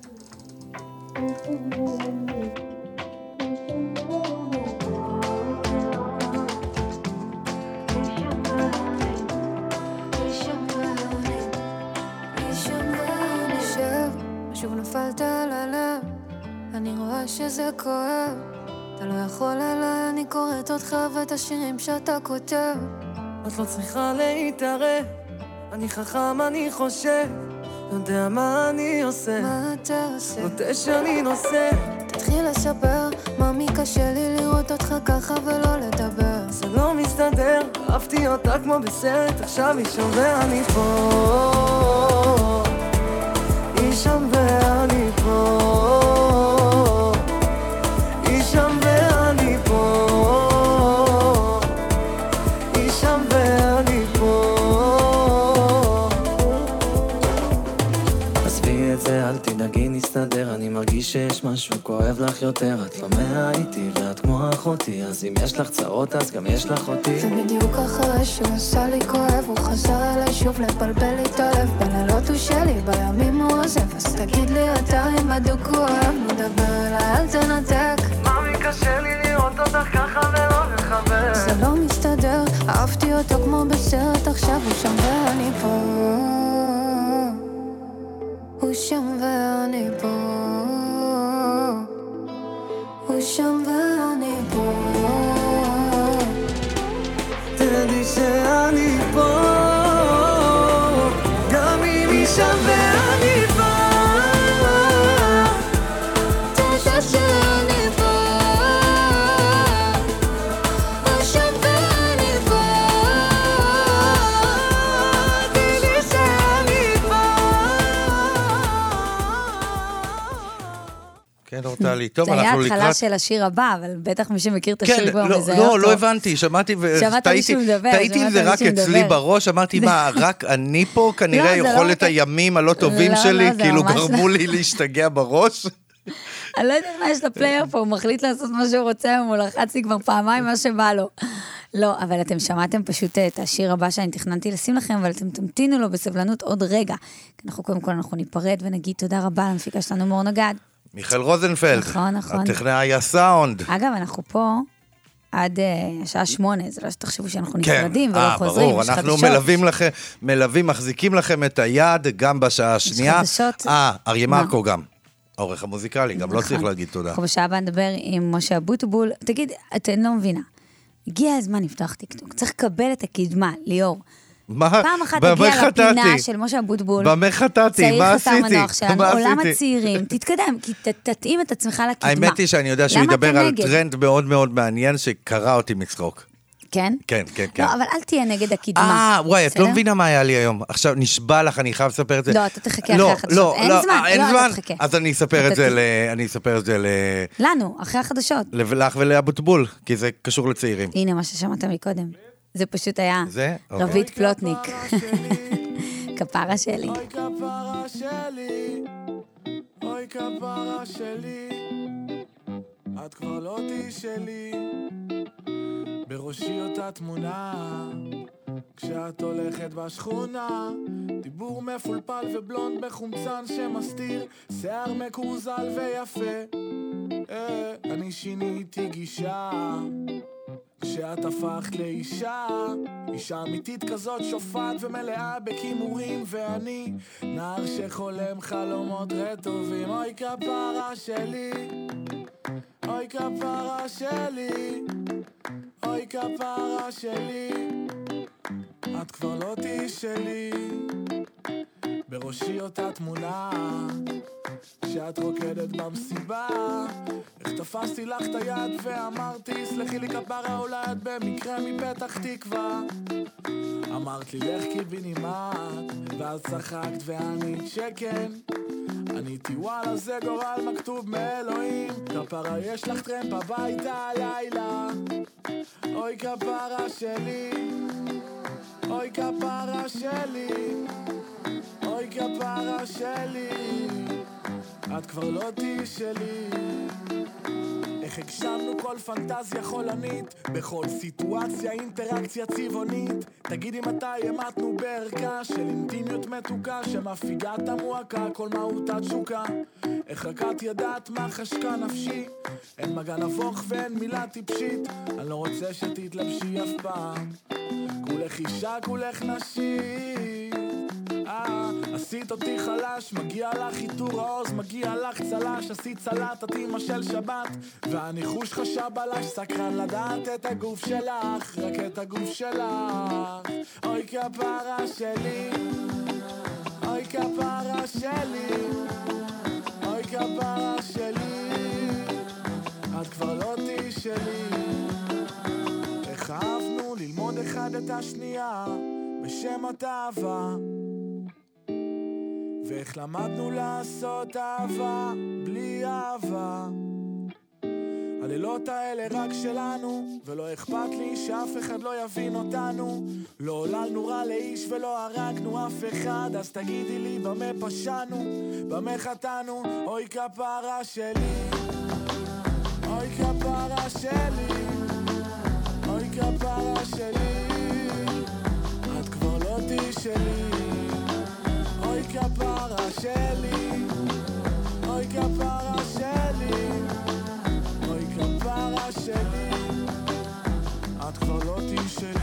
שוב נפלת על הלב, אני רואה שזה כואב, אתה לא יכול עליי, אני קוראת אותך ואת השירים שאתה כותב. את לא צריכה להתערב, אני חכם, אני חושב, יודע מה אני עושה. מה אתה עושה? נוטה שאני נושא. תתחיל לספר, ממי קשה לי לראות אותך ככה ולא לדבר. זה לא מסתדר, אהבתי אותה כמו בסרט, עכשיו היא שם ואני פה. היא שם ואני פה. היא שם ואני פה. היא שם ואני פה. עזבי את זה, אל תדאגי, נסתדר. אני מרגיש שיש משהו כואב לך יותר. את לא מהאיתי ואת כמו אחותי, אז אם יש לך צרות אז גם יש לך אותי. זה בדיוק אחרי שהוא עשה לי כואב, הוא חזר אליי שוב לבלבל לי את הלב. בלילות הוא שלי, בימים הוא עוזב, אז תגיד לי אתה אם בדיוק הוא אוהב, נדבר אליי, אל תנתק. ממי קשה לי לראות אותך ככה ולא לחבר. זה לא מסתדר, אהבתי אותו כמו בסרט, עכשיו הוא שם ואני פה. הוא שם ואני פה. הוא שם ואני פה. תדעי שאני פה, גם אם היא שם ואני פה. תדע שאני פה. הוא שם ואני פה. תדעי שאני פה. כן, אורטלי. טוב, זה היה אנחנו התחלה לקראת... של השיר הבא, אבל בטח מי שמכיר את כן, השיר כבר לא, מזהה לא, אותו. לא הבנתי, שמעתי שמעת מישהו מדבר, טעיתי עם זה שמעת רק מישהו אצלי מדבר. בראש, אמרתי מה, רק אני פה, כנראה לא, זה לא יכולת רק- הימים הלא טובים לא, שלי, לא, זה כאילו ממש גרמו לא. לי להשתגע בראש. אני לא יודעת מה יש לפלייר פה, הוא מחליט לעשות מה שהוא רוצה, הוא לחץ לי כבר פעמיים מה שבא לו. לא, אבל אתם שמעתם פשוט את השיר הבא שאני תכננתי לשים לכם, אבל אתם תמתינו לו בסבלנות עוד רגע. אנחנו קודם כל אנחנו ניפרד ונגיד תודה רבה למפיקה שלנו מור נגד. מיכאל רוזנפלד, נכון, נכון. הטכנאי הסאונד. אגב, אנחנו פה עד uh, השעה שמונה, זה לא שתחשבו שאנחנו כן, נפרדים ולא אה, חוזרים, ברור, יש אנחנו חדשות. מלווים לכם, מלווים, מחזיקים לכם את היד גם בשעה השנייה. חדשות. אה, אריה מה? מרקו גם. העורך המוזיקלי, גם לא נכון. צריך להגיד תודה. אנחנו בשעה הבאה נדבר עם משה אבוטבול. תגיד, אתן לא מבינה. הגיע הזמן לפתוח טיקטוק. צריך לקבל את הקדמה, ליאור. מה? פעם אחת במה תגיע חטאתי? לפינה של משה אבוטבול. במה חטאתי? מה צעיר חסר עשיתי? מנוח שלנו, מה עולם עשיתי? הצעירים. תתקדם, כי ת- תתאים את עצמך לקדמה. האמת היא שאני יודע שהוא למה ידבר אתה על נגד? טרנד מאוד מאוד מעניין שקרא אותי מצחוק. כן? כן, כן, כן. לא, אבל אל תהיה נגד הקדמה. אה, וואי, את לא בסדר? מבינה מה היה לי היום. עכשיו, נשבע לך, אני חייב לספר את זה. לא, אתה תחכה לא, אחרי החדשות. לא, אין לא, זמן, אה, אין לא, זמן. אתה תחכה. אז אני אספר אתה את זה ת- ל... אני אספר את זה ל... לנו, אחרי החדשות. לך ולאבוטבול, כי זה קשור לצעירים. הנה מה ששמעת מקודם. זה פשוט היה זה? אוקיי. רבית פלוטניק. כפרה שלי. אוי כפרה שלי, אוי כפרה שלי, את כבר לא תהי שלי, בראשי אותה תמונה, כשאת הולכת בשכונה, דיבור מפולפל ובלונד בחומצן שמסתיר, שיער מקורזל ויפה, אה, אני שיניתי גישה, כשאת הפכת לאישה, אישה אמיתית כזאת שופעת ומלאה בכימורים, ואני נער שחולם חלומות רטובים. אוי כפרה שלי, אוי כפרה שלי, אוי כפרה שלי, את כבר לא תהי שלי, בראשי אותה תמונה, כשאת רוקדת במסיבה, איך תפסתי לך את היד ואמרתי, סלחי לי כפרה, אולי את במקרה מפתח תקווה. אמרת לי לך קיבינימט, ואז צחקת וענית שכן, עניתי וואלה זה גורל מכתוב מאלוהים, כפרה יש לך טרמפ הביתה הלילה, אוי כפרה שלי, אוי כפרה שלי, אוי כפרה שלי, את כבר לא תהי שלי. איך הגשמנו כל פנטזיה חולנית, בכל סיטואציה אינטראקציה צבעונית. תגידי מתי המתנו בערכה של אינטימיות מתוקה, שמפיגה את המועקה כל מהותה תשוקה. איך רק את ידעת מה חשקה נפשי, אין מגע נבוך ואין מילה טיפשית, אני לא רוצה שתתלבשי אף פעם, כולך אישה כולך נשית. אה, עשית אותי חלש, מגיע לך חיתור העוז, מגיע לך צלש, עשית צלט, את אמא של שבת, והניחוש חשב עלש, סקרן לדעת את הגוף שלך, רק את הגוף שלך. אוי כפרה שלי, אוי כפרה שלי, אוי כפרה שלי, את כבר לא תהי שלי. איך אהבנו ללמוד אחד את השנייה בשם התאווה, ואיך למדנו לעשות אהבה בלי אהבה. הלילות האלה רק שלנו, ולא אכפת לי שאף אחד לא יבין אותנו. לא עוללנו רע לאיש ולא הרגנו אף אחד, אז תגידי לי במה פשענו, במה חטאנו. אוי כפרה שלי, אוי כפרה שלי, אוי כפרה שלי, את כבר לא תהי שלי. אוי כפרה שלי, אוי כפרה שלי, אוי כפרה שלי, את כבר לא תהי שלי.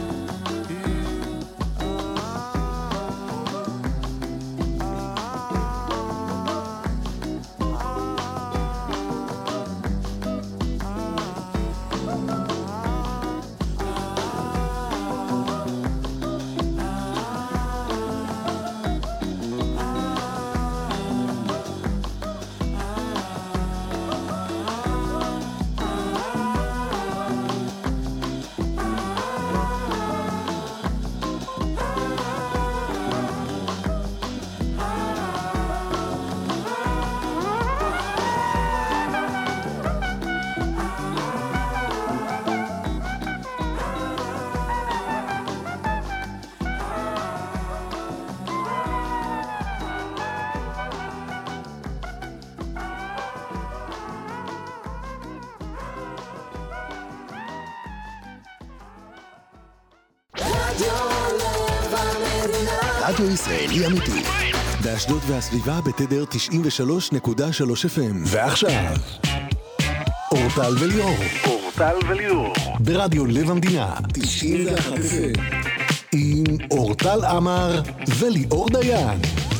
רדיו ישראלי אמיתי, באשדוד והסביבה בתדר תשעים ושלוש נקודה שלוש אף אם. ועכשיו, אורטל וליאור. אורטל וליאור. ברדיו לב המדינה, תשעים ואחת אף אם. עם אורטל עמר וליאור דיין.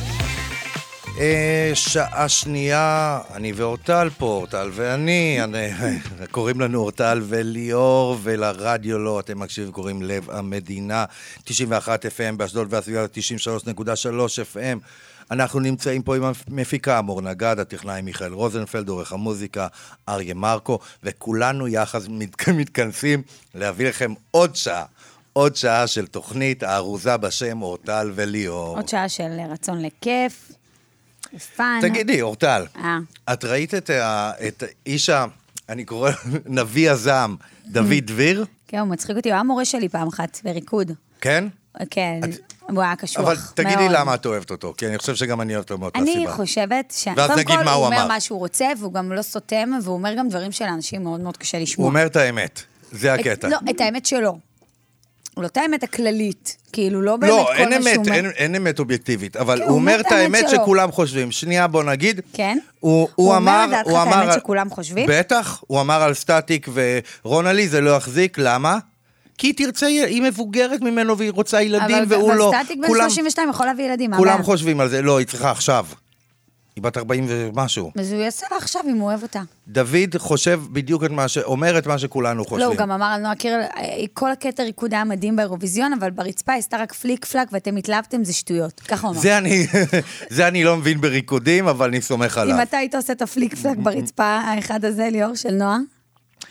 שעה שנייה, אני ואורטל פה, אורטל ואני, קוראים לנו אורטל וליאור, ולרדיו לא, אתם מקשיבים, קוראים לב המדינה, תשעים ואחת אף אם, באשדוד והסביבה תשעים ושלוש נקודה שלוש אף אם. אנחנו נמצאים פה עם המפיקה אמור נגד, הטכנאי מיכאל רוזנפלד, עורך המוזיקה אריה מרקו, וכולנו יחד מתכנסים להביא לכם עוד שעה, עוד שעה של תוכנית הארוזה בשם אורטל וליאור. עוד שעה של רצון לכיף. פן. תגידי, אורטל, אה. את ראית את, ה, את איש ה... אני קורא נביא הזעם, דוד דביר? כן, הוא מצחיק אותי, הוא היה מורה שלי פעם אחת, בריקוד. כן? כן, הוא היה קשוח. אבל תגידי למה את אוהבת אותו, כי אני חושב שגם אני אוהבת אותו מאותה סיבה. אני חושבת ש... ואז נגיד מה הוא אמר. הוא אומר מה שהוא רוצה, והוא גם לא סותם, והוא אומר גם דברים שלאנשים מאוד מאוד קשה לשמוע. הוא אומר את האמת, זה הקטע. לא, את האמת שלו. לא את האמת הכללית, כאילו לא באמת לא, כל אין מה שהוא אמת, אומר. אין, אין אמת אובייקטיבית, אבל הוא אומר את האמת שכולם חושבים. שנייה, בוא נגיד. כן? הוא, הוא הוא אומר אמר, לדעתך הוא את אמר, האמת שכולם חושבים? בטח, הוא אמר על סטטיק ורונלי, זה לא יחזיק, למה? כי היא תרצה, היא מבוגרת ממנו והיא רוצה ילדים והוא לא. אבל סטטיק בן שלושים ושתיים יכול להביא ילדים, מה כולם הבעיה? חושבים על זה, לא, היא צריכה עכשיו. היא בת ארבעים ומשהו. אז הוא יעשה לה עכשיו אם הוא אוהב אותה. דוד חושב בדיוק את מה ש... אומר את מה שכולנו חושבים. לא, הוא גם אמר על נועה קירל, כל הקטע ריקוד היה מדהים באירוויזיון, אבל ברצפה עשתה רק פליק פלק ואתם התלהבתם, זה שטויות. ככה הוא אמר. זה אני, זה אני לא מבין בריקודים, אבל אני סומך עליו. אם אתה היית עושה את הפליק פלק ברצפה, האחד הזה, ליאור, של נועה?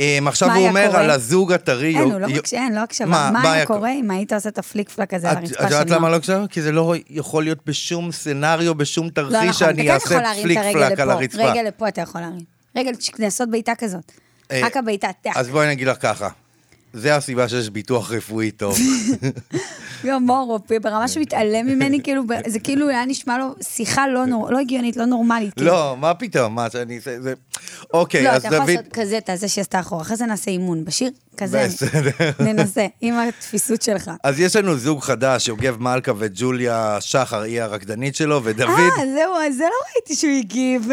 עכשיו מה הוא היה אומר קורה? על הזוג הטרי. אין, הוא לא מקשיב, אין, לא הקשבה. מה, מה מה היה היה קורה אם היית עושה את הפליק פלק הזה על הרצפה את של יודעת למה נועם? לא הקשבה? כי זה לא יכול להיות בשום סצנריו, בשום לא תרחיש נכון, שאני אתה כן יכול אעשה להרים פליק את הרגל פלק על לפה. הרצפה. רגל לפה אתה יכול להרים. רגל, לעשות בעיטה כזאת. אה, רק הבעיטה, טק. אז בואי נגיד לך ככה. זה הסיבה שיש ביטוח רפואי טוב. יו, מורו, ברמה שמתעלם ממני, כאילו, זה כאילו היה נשמע לו שיחה לא נור- לא הגיונית, לא נורמלית. כאילו. לא, מה פתאום? מה שאני... זה- זה- אוקיי, לא, אז אתה יכול דוד... לעשות כזה, תעשה שעשתה אחורה, אחרי זה נעשה אימון, בשיר, כזה, בסדר. ננסה, עם התפיסות שלך. אז יש לנו זוג חדש, יוגב מלכה וג'וליה שחר, היא הרקדנית שלו, ודוד... אה, זהו, אז זה לא ראיתי שהוא הגיב.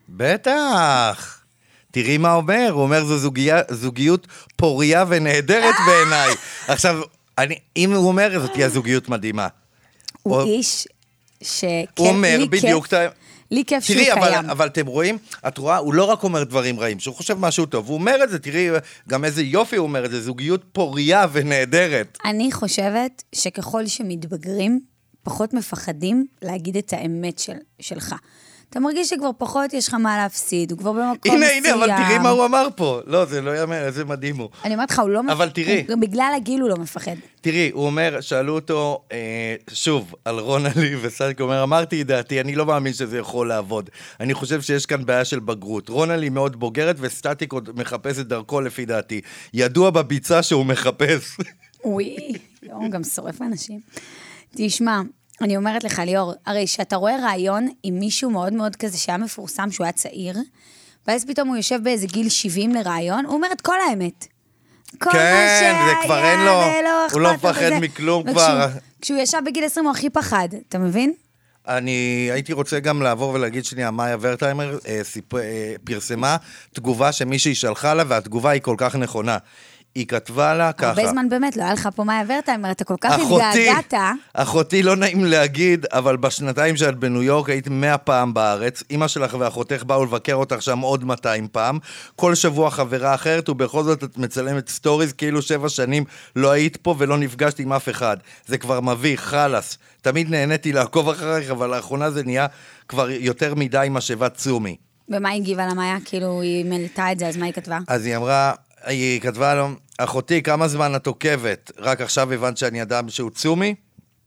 בטח. תראי מה אומר, הוא אומר זו זוגיה, זוגיות פוריה ונהדרת בעיניי. עכשיו, אני, אם הוא אומר, זאת תהיה זוגיות מדהימה. הוא או- איש שכיף, הוא אומר לי בדיוק... כיף, לי כיף שהוא תראי, אבל, קיים. אבל אתם רואים, את רואה, הוא לא רק אומר דברים רעים, שהוא חושב משהו טוב, הוא אומר את זה, תראי, גם איזה יופי הוא אומר את זה, זוגיות פוריה ונהדרת. אני חושבת שככל שמתבגרים, פחות מפחדים להגיד את האמת של, שלך. אתה מרגיש שכבר פחות יש לך מה להפסיד, הוא כבר במקום מסוים. הנה, הנה, אבל תראי מה הוא אמר פה. לא, זה לא יאמר, איזה מדהים הוא. אני אומרת לך, הוא לא מפחד. אבל תראי. הוא, בגלל הגיל הוא לא מפחד. תראי, הוא אומר, שאלו אותו, אה, שוב, על רונלי וסלקי, הוא אומר, אמרתי את דעתי, אני לא מאמין שזה יכול לעבוד. אני חושב שיש כאן בעיה של בגרות. רונלי מאוד בוגרת, וסטטיק עוד מחפש את דרכו לפי דעתי. ידוע בביצה שהוא מחפש. וואי, לא, הוא גם שורף אנשים. תשמע, אני אומרת לך, ליאור, הרי שאתה רואה רעיון עם מישהו מאוד מאוד כזה שהיה מפורסם, שהוא היה צעיר, ואז פתאום הוא יושב באיזה גיל שבעים לרעיון, הוא אומר את כל האמת. כל כן, מה שהיה, זה כבר אין לו, ולא הוא לא אכפת לו מפחד וזה. מכלום וכשהוא- כבר. כשהוא ישב בגיל עשרים הוא הכי פחד, אתה מבין? אני הייתי רוצה גם לעבור ולהגיד שנייה, מאיה ורטהיימר אה, סיפ... אה, פרסמה תגובה שמישהי שלחה לה, והתגובה היא כל כך נכונה. היא כתבה לה ככה. הרבה זמן באמת, לא היה לך פה מאיה ורטהיימר, אתה כל כך אחותי, התגעגעת. אחותי, לא נעים להגיד, אבל בשנתיים שאת בניו יורק היית מאה פעם בארץ, אמא שלך ואחותך באו לבקר אותך שם עוד מאתיים פעם, כל שבוע חברה אחרת, ובכל זאת את מצלמת סטוריז, כאילו שבע שנים לא היית פה ולא נפגשת עם אף אחד. זה כבר מביך, חלס. תמיד נהניתי לעקוב אחריך, אבל לאחרונה זה נהיה כבר יותר מדי משאבת צומי. ומה היא הגיבה למאיה? כאילו, היא מלטה את זה, אז מה היא כתבה? אז היא אמרה, היא כתבה לו, אחותי, כמה זמן את עוקבת? רק עכשיו הבנת שאני אדם שהוא צומי?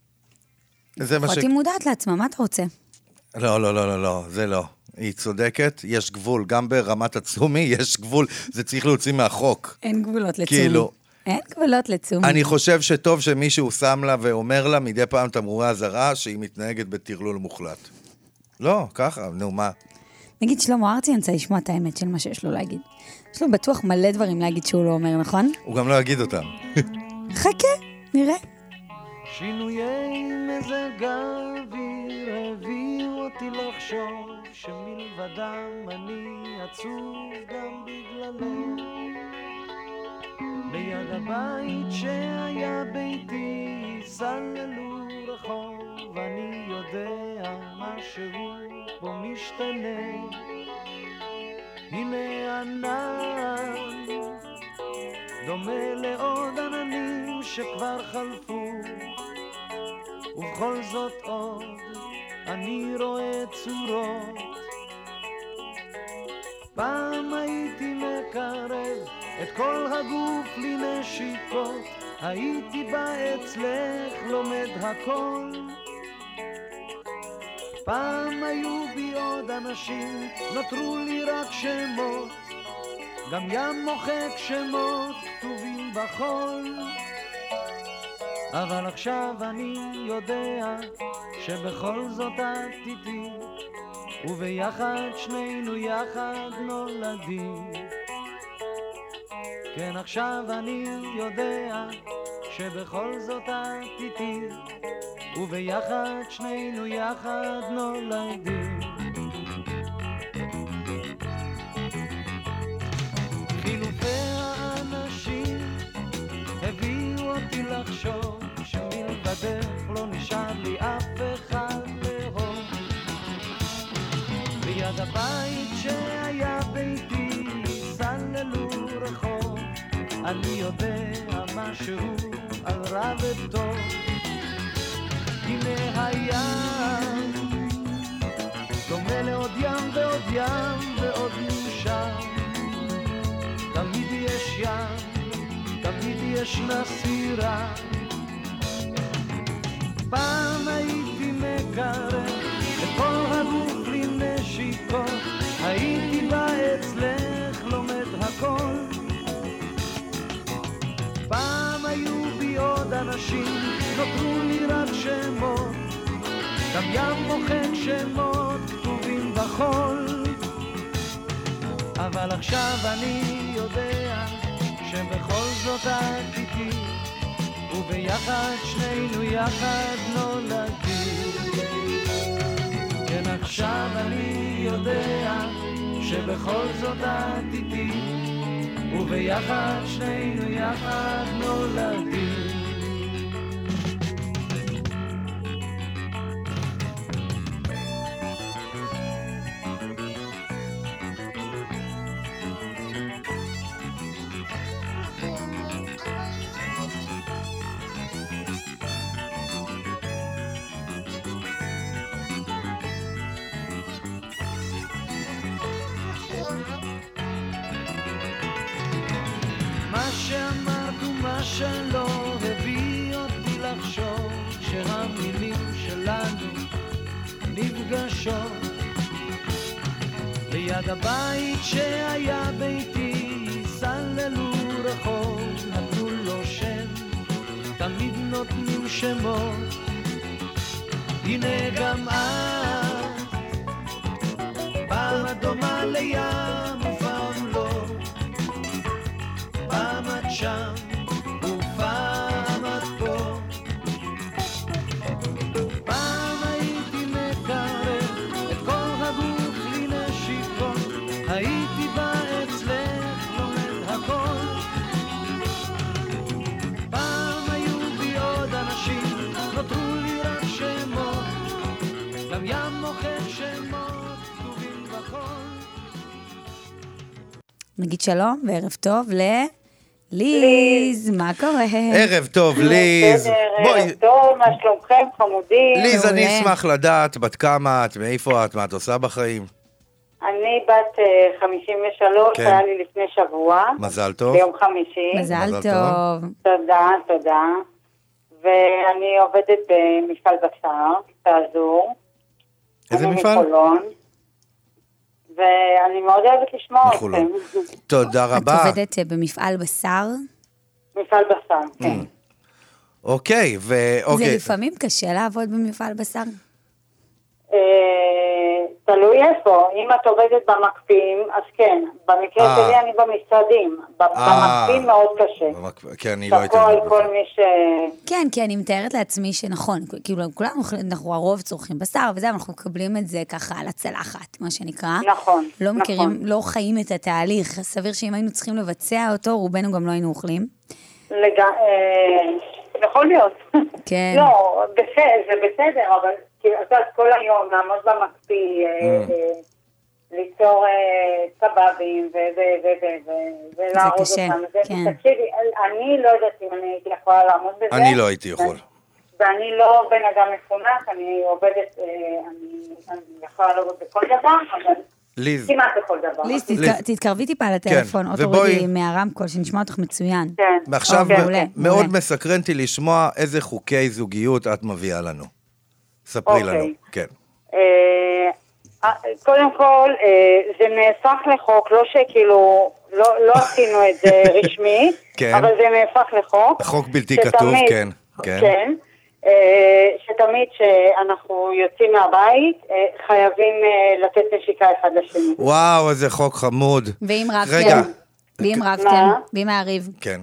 זה מה ש... אחותי מודעת לעצמה, מה אתה רוצה? לא, לא, לא, לא, לא, זה לא. היא צודקת, יש גבול. גם ברמת הצומי יש גבול, זה צריך להוציא מהחוק. אין גבולות לצומי. כאילו... אין גבולות לצומי. אני חושב שטוב שמישהו שם לה ואומר לה מדי פעם תמרורי אזהרה שהיא מתנהגת בטרלול מוחלט. לא, ככה, נו מה. נגיד שלמה ארצי ינסה לשמוע את האמת של מה שיש לו להגיד. יש לו בטוח מלא דברים להגיד שהוא לא אומר, נכון? הוא גם לא יגיד אותם. חכה, נראה. שינויי מזג האוויר הביאו אותי לחשוב שמלבדם אני עצוב גם בגללם. ביד הבית שהיה ביתי סללו רחוב, אני יודע משהו בו משתנה. הנה ענן דומה לעוד עננים שכבר חלפו, ובכל זאת עוד אני רואה צורות. פעם הייתי מקרב את כל הגוף לנשיקות, הייתי בא אצלך לומד הכל. פעם היו בי עוד אנשים, נותרו לי רק שמות, גם ים מוחק שמות כתובים בחול. אבל עכשיו אני יודע שבכל זאת את איתי, וביחד שנינו יחד נולדים. כן, עכשיו אני יודע שבכל זאת את איתי, וביחד שנינו יחד נולדים. חילופי האנשים הביאו אותי לחשוב שמלבדך לא נשאר לי אף אחד לאהוב. ביד הבית שהיה ביתי סללו רחוב, אני יודע משהו על רע וטוב. הנה הים דומה לעוד ים ועוד ים ועוד נמשם, תמיד יש ישנה סירה. פעם הייתי מקרב את כל הגוף לי נשיקות, הייתי בא אצלך לומד הכל. פעם היו בי עוד אנשים, נותרו לי רק שמות, גם ים מוחק שמות כתובים בחול. אבל עכשיו אני יודע שבכל זאת את איתי, וביחד שנינו יחד נולדים. כן, עכשיו אני יודע שבכל זאת את איתי, וביחד שנינו יחד נולדים. שלא הביא אותי לחשוב שהמילים שלנו נפגשות ליד הבית שהיה ביתי, סללו רחוב, נתנו לו שם, תמיד נותנים שמות. הנה גם את, פעם אדומה לים ופעם לא, פעם את שם פעם את פה. פעם הייתי מקרב את כל הגוף לי נשיקות, הייתי בא אצלך לומד הכל. פעם היו בי עוד אנשים, נותרו לי רק שמות, גם ים מוחק שמות כתובים בחול. נגיד שלום וערב טוב ל... ליז, מה קורה? ערב טוב, ליז. ערב טוב, מה שלומכם, חמודים? ליז, אני אשמח לדעת, בת כמה את, מאיפה את, מה את עושה בחיים? אני בת חמישים ושלוש, היה לי לפני שבוע. מזל טוב. ביום חמישי. מזל טוב. תודה, תודה. ואני עובדת במפעל בשר, תעזור. איזה מפעל? אני מחולון. ואני מאוד אוהבת לשמוע אתכם. תודה רבה. את עובדת במפעל בשר? מפעל בשר, כן. אוקיי, ואוקיי. זה לפעמים קשה לעבוד במפעל בשר? תלוי איפה. אם את עובדת במקפים, אז כן. במקרה שלי אני במשרדים. במקפים מאוד קשה. כן, אני לא הייתי... כל מי ש... כן, כי אני מתארת לעצמי שנכון, כאילו כולנו, אנחנו הרוב צורכים בשר וזה, אבל אנחנו מקבלים את זה ככה על הצלחת, מה שנקרא. נכון, לא מכירים, לא חיים את התהליך. סביר שאם היינו צריכים לבצע אותו, רובנו גם לא היינו אוכלים. יכול להיות. כן. לא, זה בסדר, אבל כאילו, אתה כל היום לעמוד במקפיא, ליצור סבבים ולערוד אותם. תקשיבי, אני לא יודעת אם אני הייתי יכולה לעמוד בזה. אני לא הייתי יכול. ואני לא בן אדם מפונק, אני עובדת, אני יכולה לעבוד בכל דבר, אבל... ליז. כמעט בכל דבר. ליז, תתקרבי טיפה לטלפון, או תורידי מהרמקול, שנשמע אותך מצוין. כן. ועכשיו מאוד מסקרנתי לשמוע איזה חוקי זוגיות את מביאה לנו. ספרי לנו. כן. קודם כל, זה נהפך לחוק, לא שכאילו, לא עשינו את זה רשמי, אבל זה נהפך לחוק. חוק בלתי כתוב, כן. כן. שתמיד שאנחנו יוצאים מהבית, חייבים לתת נשיקה אחד לשני. וואו, איזה חוק חמוד. ואם רבתם? ואם רבתם? ואם העריב? כן.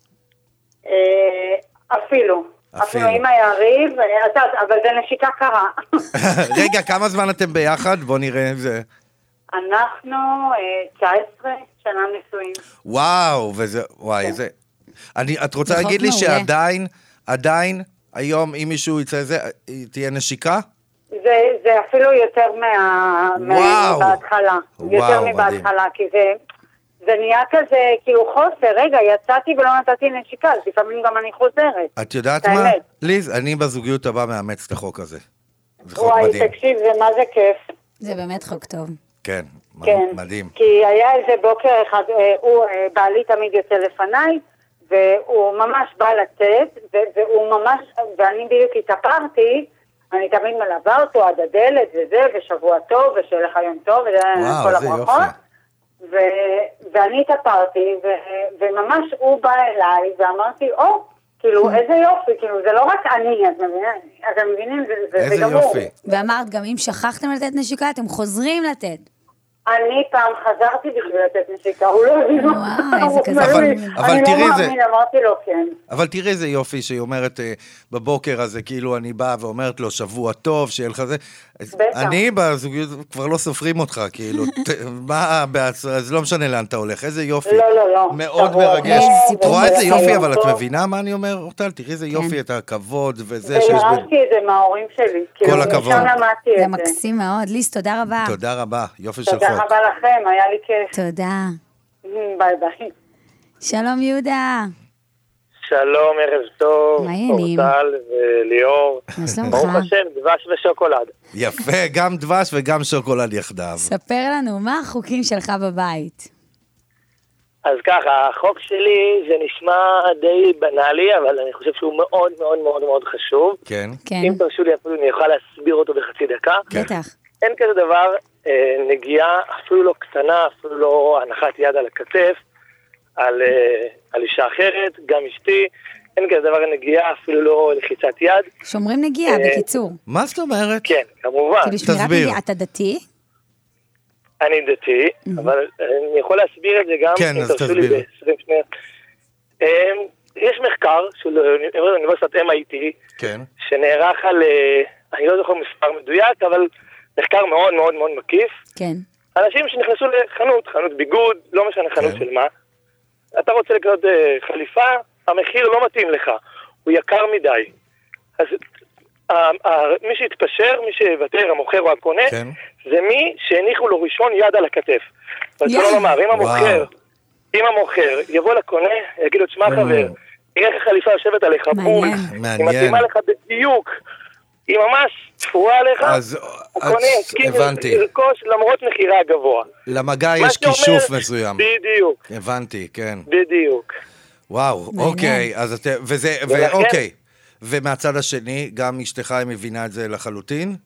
אפילו. אפילו אם היה ריב, אבל זה נשיקה קרה. רגע, כמה זמן אתם ביחד? בוא נראה אם זה... אנחנו תשע עשרה שנה נשואים. וואו, וזה... וואי, זה... את רוצה להגיד לי שעדיין, עדיין... היום, אם מישהו יצא זה, תהיה נשיקה? זה, זה אפילו יותר מה... מההתחלה. יותר מבהתחלה, כי זה, זה נהיה כזה, כאילו חוסר, רגע, יצאתי ולא נתתי נשיקה, אז לפעמים גם אני חוזרת. את יודעת מה? ליז, אני בזוגיות הבאה מאמץ את החוק הזה. זה חוק וואי, מדהים. תקשיב, זה מה זה כיף. זה באמת חוק טוב. כן, כן. מדהים. כי היה איזה בוקר אחד, הוא, בעלי תמיד יוצא לפניי, והוא ממש בא לתת, והוא ממש, ואני בדיוק התאפרתי, אני תמיד מלווה אותו עד הדלת וזה, ושבוע טוב, ושיהיה לך יום טוב, וזה כל הברכות. ואני התאפרתי, וממש הוא בא אליי, ואמרתי, או, כאילו, איזה יופי, כאילו, זה לא רק אני, אתם מבינים, זה גמור. איזה יופי. ואמרת, גם אם שכחתם לתת נשיקה, אתם חוזרים לתת. אני פעם חזרתי בשביל לתת נשיקה, הוא לא הבין. וואו, איזה כזה. אני לא מאמין, אמרתי לו כן. אבל תראי איזה יופי שהיא אומרת בבוקר הזה, כאילו אני באה ואומרת לו שבוע טוב, שיהיה לך זה. אני בזוגיות כבר לא סופרים אותך, כאילו, מה, אז לא משנה לאן אתה הולך, איזה יופי. לא, לא, לא. מאוד מרגש. את רואה איזה יופי, אבל את מבינה מה אני אומר, אורטל? תראי איזה יופי, את הכבוד וזה שיש... והרשתי את זה מההורים שלי. כל הכבוד. זה מקסים מאוד. ליס, תודה רבה. תודה רבה, יופי שלך. תודה רבה לכם, היה לי כיף. תודה. ביי ביי. שלום יהודה. שלום, ערב טוב. מה העניינים? אורטל וליאור. מה שלומך? ברוך השם, דבש ושוקולד. יפה, גם דבש וגם שוקולד יחדיו. ספר לנו, מה החוקים שלך בבית? אז ככה, החוק שלי זה נשמע די בנאלי, אבל אני חושב שהוא מאוד מאוד מאוד מאוד חשוב. כן. כן. אם תרשו לי, אפילו אני אוכל להסביר אותו בחצי דקה. בטח. אין כזה דבר, אה, נגיעה, אפילו לא קטנה, אפילו לא הנחת יד על הכתף, על, אה, על אישה אחרת, גם אשתי, אין כזה דבר נגיעה, אפילו לא לחיצת יד. שומרים נגיעה, אה, בקיצור. מה זאת אומרת? כן, כמובן. כאילו שמירת נגיעה, אתה דתי? אני דתי, mm-hmm. אבל אני יכול להסביר את זה גם, כן, אז תסביר. ב-עשרים שניות. יש מחקר של אוניברסיטת אם איי טי, כן. שנערך על, אני לא זוכר מספר מדויק, אבל מחקר מאוד מאוד מאוד מקיף. כן. אנשים שנכנסו לחנות, חנות ביגוד, לא משנה חנות כן. של מה. אתה רוצה לקנות uh, חליפה, המחיר לא מתאים לך, הוא יקר מדי. אז uh, uh, מי שהתפשר, מי שוותר, המוכר או הקונה, כן. זה מי שהניחו לו ראשון יד על הכתף. אז yeah. לא לומר, אם המוכר, אם המוכר יבוא לקונה, יגיד לו, תשמע חבר, תראה איך החליפה יושבת עליך בול, היא מתאימה לך בדיוק, היא ממש תפורה עליך, הקונה יסכים לרכוש למרות מחירה הגבוה. למגע יש כישוף מסוים. בדיוק. הבנתי, כן. בדיוק. וואו, אוקיי, אז אתה, וזה, ואוקיי. ומהצד השני, גם אשתך היא מבינה את זה לחלוטין?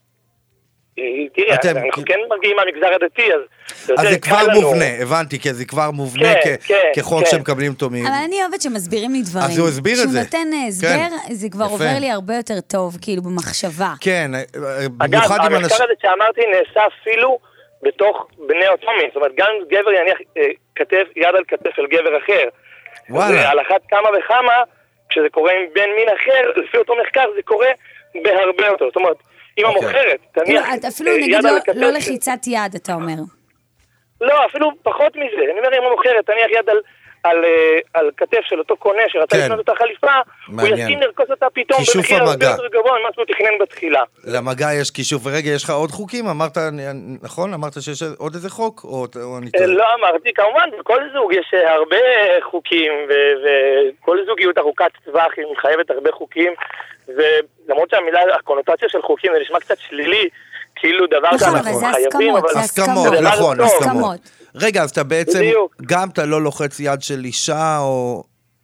תראה, אנחנו כן מרגיעים מהמגזר הדתי, אז... אז זה כבר מובנה, הבנתי, כי זה כבר מובנה כחוק שמקבלים תומים. אבל אני אוהבת שמסבירים לי דברים. אז הוא הסביר את זה. כשהוא נותן הסבר, זה כבר עובר לי הרבה יותר טוב, כאילו, במחשבה. כן, במיוחד עם אנשים... אגב, המחקר הזה שאמרתי נעשה אפילו בתוך בני אותו מין, זאת אומרת, גם גבר יניח כתף, יד על כתף אל גבר אחר. וואלה. על אחת כמה וכמה, כשזה קורה עם בן מין אחר, לפי אותו מחקר, זה קורה בהרבה יותר. זאת אומרת, אם המוכרת, תניח יד על הכתף. אפילו נגיד לא לחיצת יד, אתה אומר. לא, אפילו פחות מזה. אני אומר, אם המוכרת, תניח יד על... על, על כתף של אותו קונה שרצה כן. לקנות אותה חליפה, מעניין. הוא יסכים לרכוס אותה פתאום במחיר הרבה יותר גבוה ממה שהוא תכנן בתחילה. למגע יש כישוף. ורגע, יש לך עוד חוקים? אמרת, נכון? אמרת שיש עוד איזה חוק? או, או אני טועה? לא אמרתי, כמובן, בכל זוג יש הרבה חוקים, וכל זוגיות ארוכת טווח היא מחייבת הרבה חוקים, ולמרות שהמילה, הקונוטציה של חוקים, זה נשמע קצת שלילי, כאילו דבר שאנחנו חייבים, אבל... הסכמות, נכון, הסכמות. רגע, אז אתה בעצם, גם אתה לא לוחץ יד של אישה, או...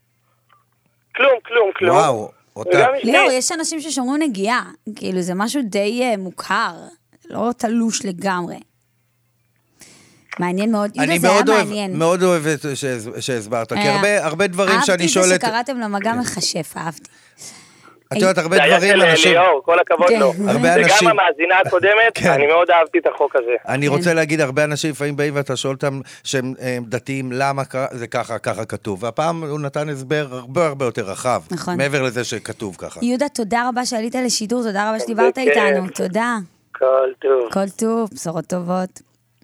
כלום, כלום, כלום. וואו, אותה... לא, יש אנשים ששומרים נגיעה, כאילו זה משהו די מוכר, לא תלוש לגמרי. מעניין מאוד, יהודה זה היה מעניין. אני מאוד אוהבת שהסברת, כי הרבה דברים שאני שואלת... אהבתי זה שקראתם למגע מכשף, אהבתי. את יודעת, הרבה דברים אנשים... זה היה של ליאור, כל הכבוד לו. וגם המאזינה הקודמת, אני מאוד אהבתי את החוק הזה. אני רוצה להגיד, הרבה אנשים לפעמים באים ואתה שואל אותם שהם דתיים, למה זה ככה, ככה כתוב. והפעם הוא נתן הסבר הרבה הרבה יותר רחב, מעבר לזה שכתוב ככה. יהודה, תודה רבה שעלית לשידור, תודה רבה שדיברת איתנו, תודה. כל טוב. כל טוב, בשורות טובות.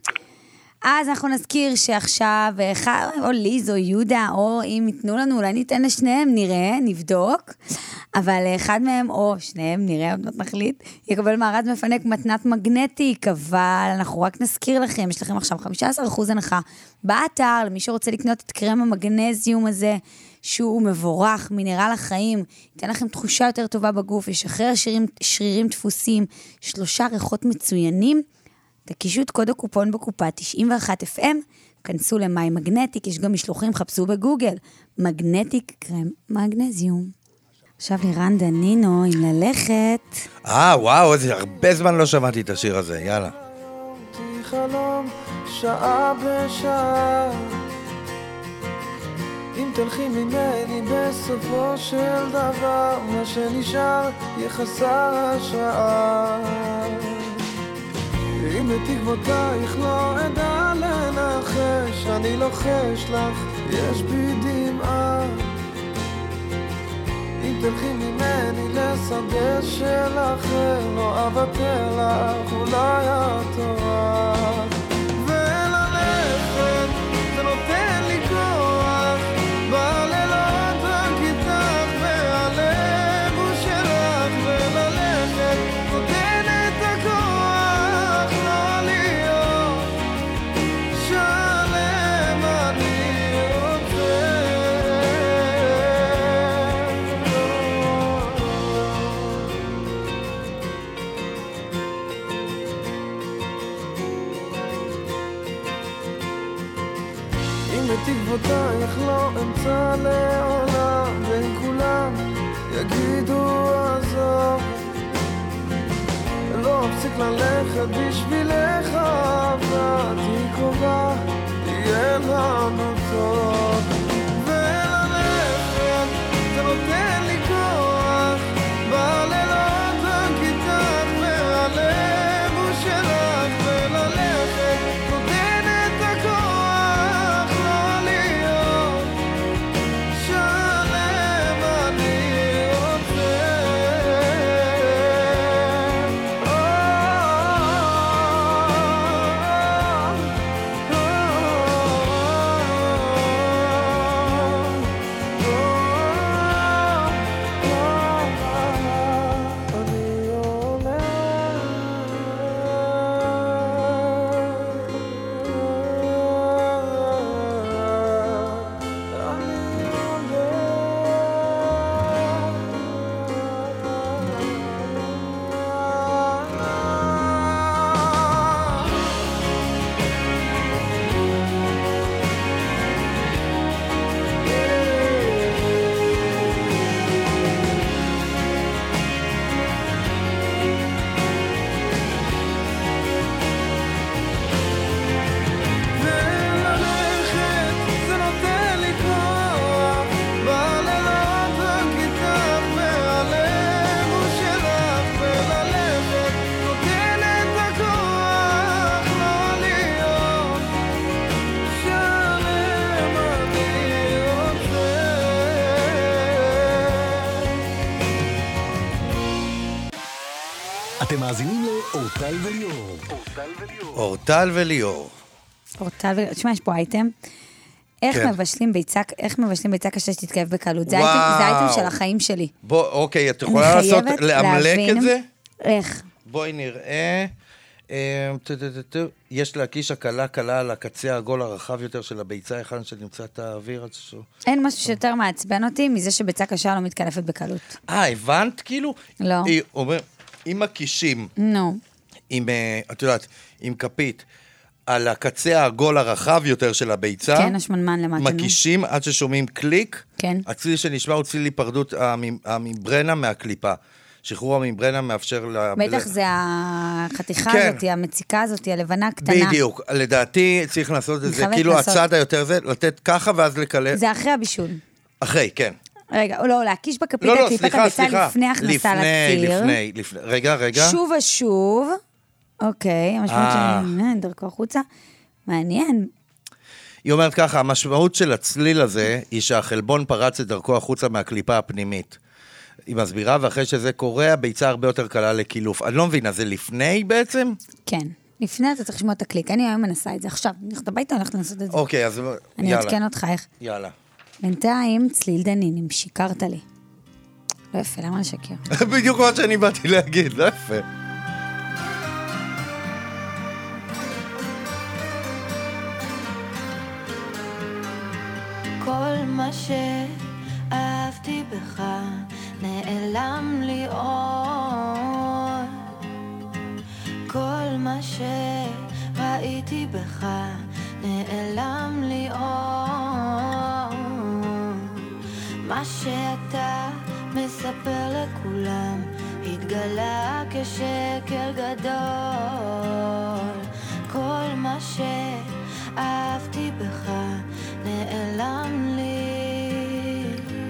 אז אנחנו נזכיר שעכשיו, או ליז או יהודה, או אם ייתנו לנו, אולי ניתן לשניהם, נראה, נבדוק, אבל אחד מהם, או שניהם, נראה, עוד מעט נחליט, יקבל מארז מפנק מתנת מגנטיק, אבל אנחנו רק נזכיר לכם, יש לכם עכשיו חמישה עשר אחוז הנחה באתר, למי שרוצה לקנות את קרם המגנזיום הזה, שהוא מבורך, מינרל החיים, ייתן לכם תחושה יותר טובה בגוף, ישחרר שרירים, שרירים דפוסים, שלושה ריחות מצוינים, תקישו את קוד הקופון בקופה תשעים ואחת אף אם, כנסו למי מגנטיק, יש גם משלוחים, חפשו בגוגל, מגנטיק קרם מגנזיום. עכשיו לירן דנינו עם ללכת. אה, וואו, איזה הרבה זמן לא שמעתי את השיר הזה, יאללה. חלום שעה בשעה אם תלכי ממני בסופו של דבר מה שנשאר יהיה חסר השעה אם לתקוותייך לא אדע לנחש אני לוחש לך יש בי דמעה אם תלכי ממני לשדה של אחר לא אבטל לך אולי התורה וללכת זה נותן לי כוח בלילות רק איתך והלב הוא שלך וללכת נותן את הכוח לא להיות שלם אני רוצה בתקוותייך לא אמצא לעולם בין כולם יגידו עזוב לא אפסיק ללכת בשבילך אהבה תקווה יהיה לנו טוב וללכת זה נותן לי כוח בלילות רק איתך והלב הוא שלך וללכת נותן את הכוח אתם מאזינים לאורטל וליאור. אורטל וליאור. אורטל וליאור. תשמע, יש פה אייטם. איך כן. מבשלים ביצה, איך מבשלים ביצה קשה שתתקרב בקלות. זה אייטם, זה אייטם של החיים שלי. בוא, אוקיי, את יכולה לעשות, לאמלק את זה? איך? בואי נראה. יש להקיש הקלה קלה על הקצה העגול הרחב יותר של הביצה, היכן שנמצא את האוויר. אין משהו שיותר מעצבן אותי מזה שביצה קשה לא מתקלפת בקלות. אה, הבנת כאילו? לא. היא אומרת, עם הקישים, נו. עם, את יודעת, עם כפית, על הקצה העגול הרחב יותר של הביצה, כן, השמנמן למטה. מקישים עד ששומעים קליק, כן. הצליל שנשמע הוא צליל היפרדות הממברנה מהקליפה. שחרור הממברנה מאפשר ל... בטח זה החתיכה כן. הזאת, המציקה הזאת, הלבנה הקטנה. בדיוק, לדעתי צריך לעשות את זה, כאילו לעשות. הצד היותר זה, לתת ככה ואז לקלל. זה אחרי הבישול. אחרי, כן. רגע, לא, להקיש בכפית לא, לא, הקליפת סליחה, הביצה סליחה. לפני הכנסה לפני, לציר. לפני, לפני, רגע, רגע. שוב ושוב, אוקיי, המשמעות שאני, דרכו החוצה, מעניין. היא אומרת ככה, המשמעות של הצליל הזה, היא שהחלבון פרץ את דרכו החוצה מהקליפה הפנימית. היא מסבירה, ואחרי שזה קורה, הביצה הרבה יותר קלה לקילוף. אני לא מבינה, זה לפני בעצם? כן, לפני אתה צריך לשמוע את הקליק. אני היום מנסה את זה. עכשיו, נכת הביתה, הולכת לנסות את זה. אוקיי, אז אני יאללה. אתקן אותך איך. יאללה. בינתיים, צליל דנינים, שיקרת לי. לא יפה, למה לשקר? בדיוק מה שאני באתי להגיד, לא יפה. כל מה שאהבתי בך נעלם לי עוד כל מה ש... ראיתי בך, נעלם לי אור. מה שאתה מספר לכולם התגלה כשקר גדול. כל מה שאהבתי בך נעלם לי.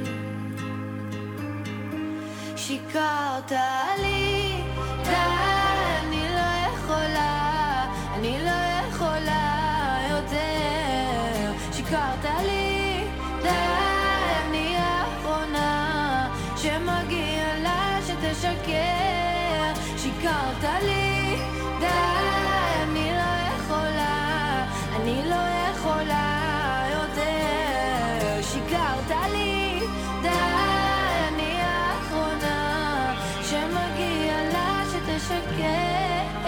שיקרת לי, די, אני לא יכולה, אני לא יכולה יותר. שיקרת לי, די, אני האחרונה שמגיע לה שתשקר. שיקרת לי, די, אני לא יכולה, אני לא יכולה יותר. שיקרת לי, די, אני האחרונה שמגיע לה שתשקר.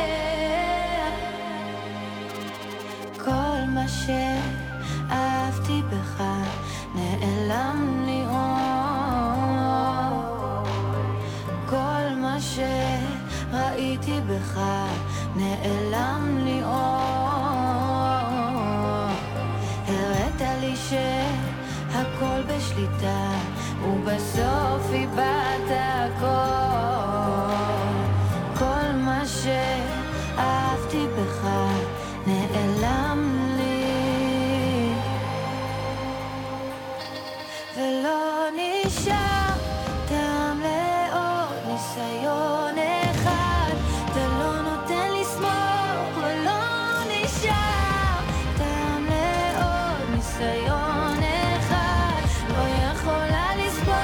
כל מה שאהבתי בך נעלם לי אור. כל מה שראיתי בך נעלם לי אור. הראת לי שהכל בשליטה ובסוף איבדת הכל. כל מה שאהבתי בך נעלם לי ולא נשאר טעם לעוד ניסיון אחד. אתה לא נותן לסמוך ולא נשאר טעם לעוד ניסיון אחד. לא יכולה לסבול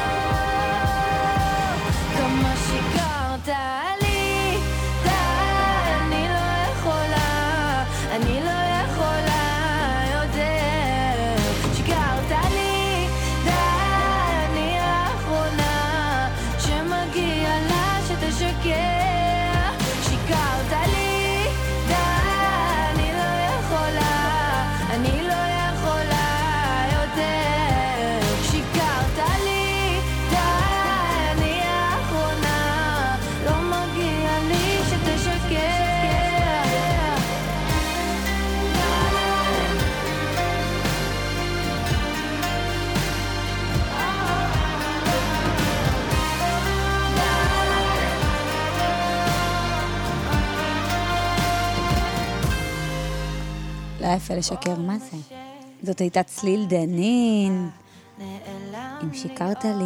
כמה שיקרת לי. די, אני לא יכולה, אני לא יכולה יותר. שיקרת לי, די, אני האחרונה שמגיע לה שתשקר. שיקרת לי, די, אני לא יכולה, אני לא יכולה יותר. שיקרת לי, די, אני האחרונה, לא מגיע לי שתשקר. לא יפה לשקר, מה זה? זאת הייתה צליל דנין. אם שיקרת לי.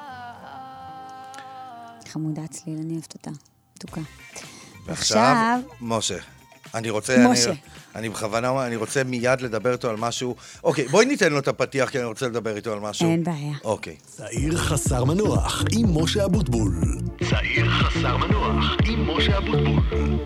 חמודה צליל, אני אוהבת אותה. מתוקה. ועכשיו, משה. אני רוצה, משה. אני, אני בכוונה, אני רוצה מיד לדבר איתו על משהו. אוקיי, בואי ניתן לו את הפתיח, כי אני רוצה לדבר איתו על משהו. אין בעיה. אוקיי. צעיר חסר מנוח עם משה אבוטבול. צעיר חסר מנוח עם משה אבוטבול.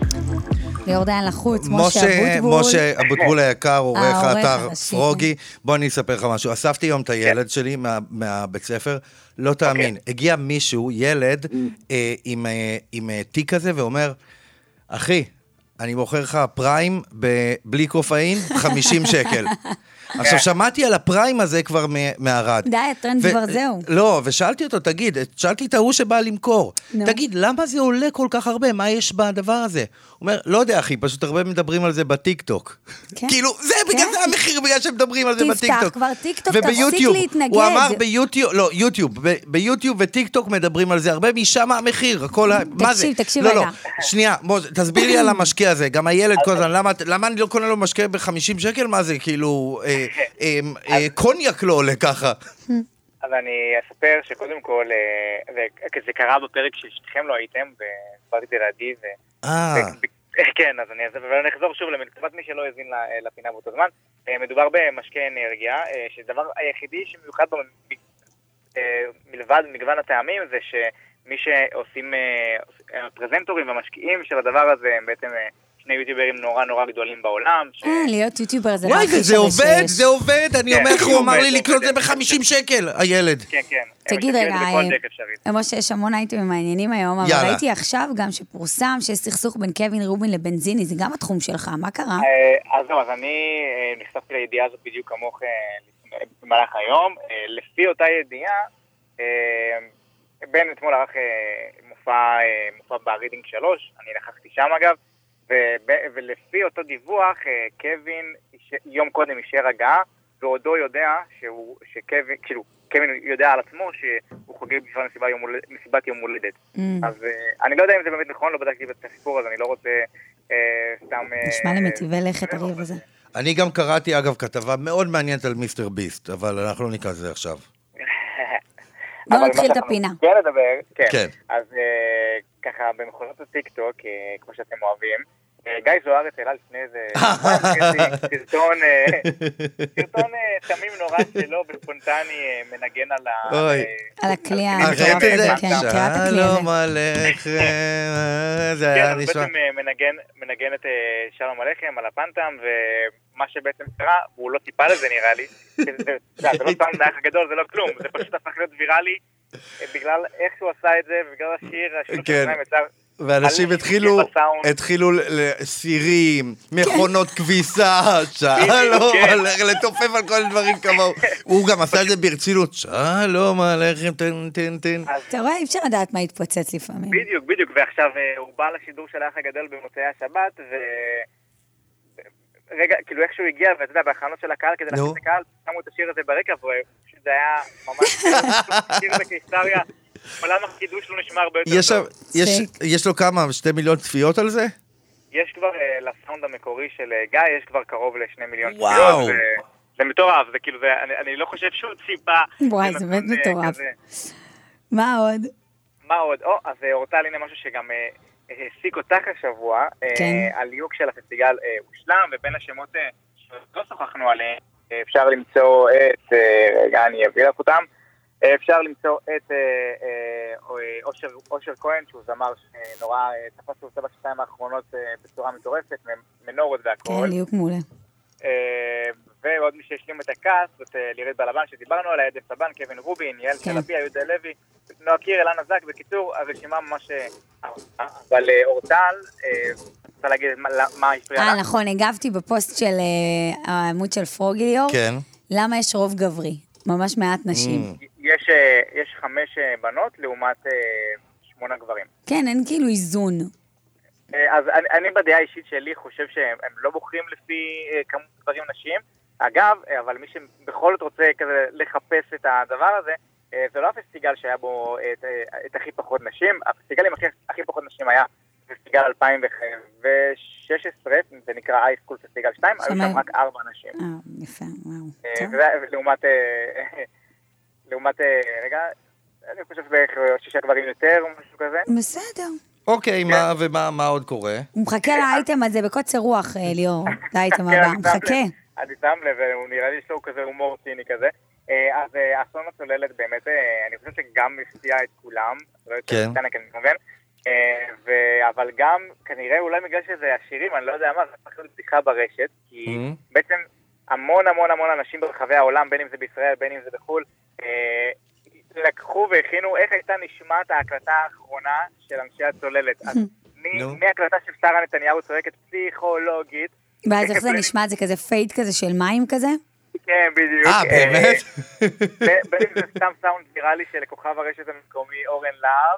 ליאור דיין לחוץ, משה אבוטבול. משה אבוטבול היקר, עורך העורך האתר הראשי. פרוגי. בוא אני אספר לך משהו. אספתי היום את הילד שלי מה- מהבית ספר, לא תאמין. הגיע מישהו, ילד, אה, עם, אה, עם אה, תיק כזה, ואומר, אחי, אני מוכר לך פריים ב- בלי קופאין, חמישים שקל. עכשיו, שמעתי על הפריים הזה כבר מ- מהרד. די, הטרנד ו- כבר זהו. לא, ושאלתי אותו, תגיד, שאלתי את ההוא שבא למכור, נו. תגיד, למה זה עולה כל כך הרבה? מה יש בדבר הזה? הוא אומר, לא יודע, אחי, פשוט הרבה מדברים על זה בטיקטוק. כן. כאילו, זה בגלל זה המחיר, בגלל שמדברים על זה בטיקטוק. תפתח כבר טיקטוק, תפסיק וביוטיוב, להתנגד. הוא אמר ביוטיוב, לא, יוטיוב, ב- ביוטיוב וטיקטוק מדברים על זה הרבה, משם המחיר, הכל, ה- מה זה? תקשיב, תקשיב לא, לא, רגע. שנייה, מוז, תסביר לי על המשקיע הזה, גם הילד כל הזמן, למה, למה אני לא קונה לו משקיע ב-חמישים שקל? מה זה, כאילו, אה, אה, אה, קוניאק לא עולה ככה. אז אני אספר שקודם כל, אה, זה- זה קרה בפרק ששתיכם לא הייתם, וסיפרתי את זה לעדי, ו- אה, כן, אז אני אבל נחזור שוב לטובת מי שלא האזין ל- לפינה באותו זמן. אה, מדובר במשקה אנרגיה, אה, שדבר היחידי שמיוחד בו, מ- אה, מלבד מגוון הטעמים, זה שמי שעושים אה, הפרזנטורים והמשקיעים של הדבר הזה, הם בעצם אה, שני יוטיוברים נורא נורא גדולים בעולם. ש- אה, להיות יוטיובר זה וואי, הכי זה שווה עובד, שיש. זה עובד, אני כן, אומר איך הוא זה אמר עובד, לי זה לקנות את עובד. זה ב-חמישים שקל, הילד. כן, כן. הם תגיד משקיעים רגע, את זה בכל אה, דרך אפשרית. משה, יש המון אייטמים מעניינים היום, אבל יאללה. ראיתי עכשיו גם שפורסם שיש סכסוך בין קווין רובין לבנזיני, זה גם התחום שלך, מה קרה? אה, אז זהו, אז אני אה, נחשפתי לידיעה הזאת בדיוק כמוך אה, לפני- במהלך היום. אה, לפי אותה ידיעה, אה, בן אתמול ערך אה, מופע, אה, מופע ברידינג שלוש, אני נכחתי שם אגב, וב- ולפי אותו דיווח, אה, קווין איש- יום קודם אישר הגעה, ועודו יודע שהוא, שקווין, כאילו, קווין יודע על עצמו שהוא חוגג בשביל מסיבת יום הולדת, מסיבת יום הולדת. Mm. אז אה, אני לא יודע אם זה באמת נכון, לא בדקתי את הסיפור, אז אני לא רוצה אה, סתם... אה, נשמע לי מטיבי לכת הריב הזה. אני גם קראתי, אגב, כתבה מאוד מעניינת על מיסטר ביסט, אבל אנחנו לא ניכנס לזה עכשיו. בואו אבל נתחיל מה את הפינה. שאנחנו כן לדבר, כן. כן. אז אה, ככה, במכונות הטיקטוק, אה, כמו שאתם אוהבים, אה, גיא זוהר העלה לפני איזה... סרטון, אה, סרטון אה, תמים נורא שלו, בספונטני, אה, מנגן על ה... אוי. אה, על הכלי אה, המטורף ראית את הזה, זה? כן, מכירה את הכלי הזה. שלום עליכם, זה כן, היה אז נשמע. בעצם אה, מנגן, מנגן את אה, שלום עליכם על הפנטם, ומה שבעצם קרה, והוא לא ציפה לזה נראה לי, שזה- זה זה לא סתם דרך הגדול, זה לא כלום, זה פשוט הפך להיות ויראלי, אה, בגלל איך שהוא עשה את זה, ובגלל השיר, השילוב כן. שלהם יצר... ואנשים מלא התחילו, שירים בסאונד. התחילו לסירים, מכונות כביסה, שלום, כן. הולך לתופף על כל דברים כמוהו. הוא גם עשה את זה ברצינות, שלום עליכם, טן טן טן. אתה רואה, אי אפשר לדעת מה יתפוצץ לפעמים. בדיוק, בדיוק, ועכשיו אה, הוא בא לשידור של האח הגדול במוצאי השבת, ו... רגע, כאילו איך שהוא הגיע, ואתה יודע, בהכנות של הקהל, כדי להכניס את הקהל, שמו את השיר הזה ברקע, וזה היה ממש... שיר בקיסריה, עולם החידוש לא נשמע הרבה יותר יש טוב. יש- יש לו כמה, שתי מיליון צפיות על זה? יש כבר, אה, לסאונד המקורי של אה, גיא, יש כבר קרוב לשני מיליון וואו. צפיות, ו- זה מטורף, זה כאילו, זה- אני- אני לא חושב שהוא ציפה... וואי, זה לנתון, באמת אה, מטורף. כזה. מה עוד? מה עוד? או, אז אה, אורטל, הנה משהו שגם אה, העסיק אותך השבוע, אה, כן. הליהוק של הפסטיגל אה, הושלם, ובין השמות אה, שלא שוחחנו עליהם, אה, אפשר למצוא את, אה, רגע, אני אביא לך אותם, אה, אפשר למצוא את אה, אה, אה, אושר, אושר כהן, שהוא זמר שנורא אה, תפס אותו בשתיים האחרונות אה, בצורה מטורפת, מנורות והכל. כן, ליהוק מעולה. אה, ועוד מי שהשלים את הכעס, זאת אה, לירית בלבן שדיברנו עליה, עדן סבן, קווין רובין, יעל כן. שלפי, יהודה לוי, נועה קיר, אלנה זק. בקיצור, הרשימה ממש... אה, אבל אה, אורטל, אה, רוצה להגיד מה- מה הפריע אה, לה? נכון, הגבתי בפוסט של אה, העמוד של פרוגי ליאור. כן. למה יש רוב גברי? ממש מעט נשים. יש, אה, יש חמש אה, בנות לעומת אה, שמונה גברים. כן, אין כאילו איזון. אה, אז אני, אני בדעה האישית שלי חושב שהם הם לא בוחרים לפי אה, כמות גברים נשים. אגב, אה, אבל מי שבכל זאת רוצה כזה לחפש את הדבר הזה, אה, זה לא הפסטיגל שהיה בו אה, את, אה, את הכי פחות נשים. הפסטיגל עם הכי, הכי פחות נשים היה פסטיגל אלפיים ושש עשרה, זה נקרא אייסקול פסטיגל שתיים, היו שמה- שם רק ארבע נשים. אה, יפה, וואו. אה, טוב. וזה- לעומת, אה, לעומת, אה, רגע, אני חושב בערך שישה גברים יותר או משהו כזה. בסדר. אוקיי, מה ומה מה עוד קורה? הוא מחכה לאייטם הזה בקוצר רוח, אה, ליאור. לאייטם כן, הבא. אני שם מחכה. לב, אני שם לב, הוא נראה לי שהוא כזה הומור ציני כזה. אה, אז אה, אסון הצוללת באמת, אה, אני חושב שגם הפתיע את כולם, לא יותר כן. קטנה, אני מתכוון, אה, ו- אבל גם כנראה אולי בגלל שזה השירים, אני לא יודע מה, זה הפך להיות בדיחה ברשת, כי Mhm. בעצם המון המון המון אנשים ברחבי העולם, בין אם זה בישראל, בין אם זה בחו"ל, אה, לקחו והכינו איך הייתה נשמעת ההקלטה האחרונה של אנשי הצוללת. אז מ- נו. מהקלטה של שרה נתניהו צועקת פסיכולוגית, ואז איך זה נשמע? זה כזה פייט כזה של מים כזה? כן, בדיוק. אה, באמת? ב- בין אם זה סתם סאונד ויראלי של כוכב הרשת המקומי אורן להב,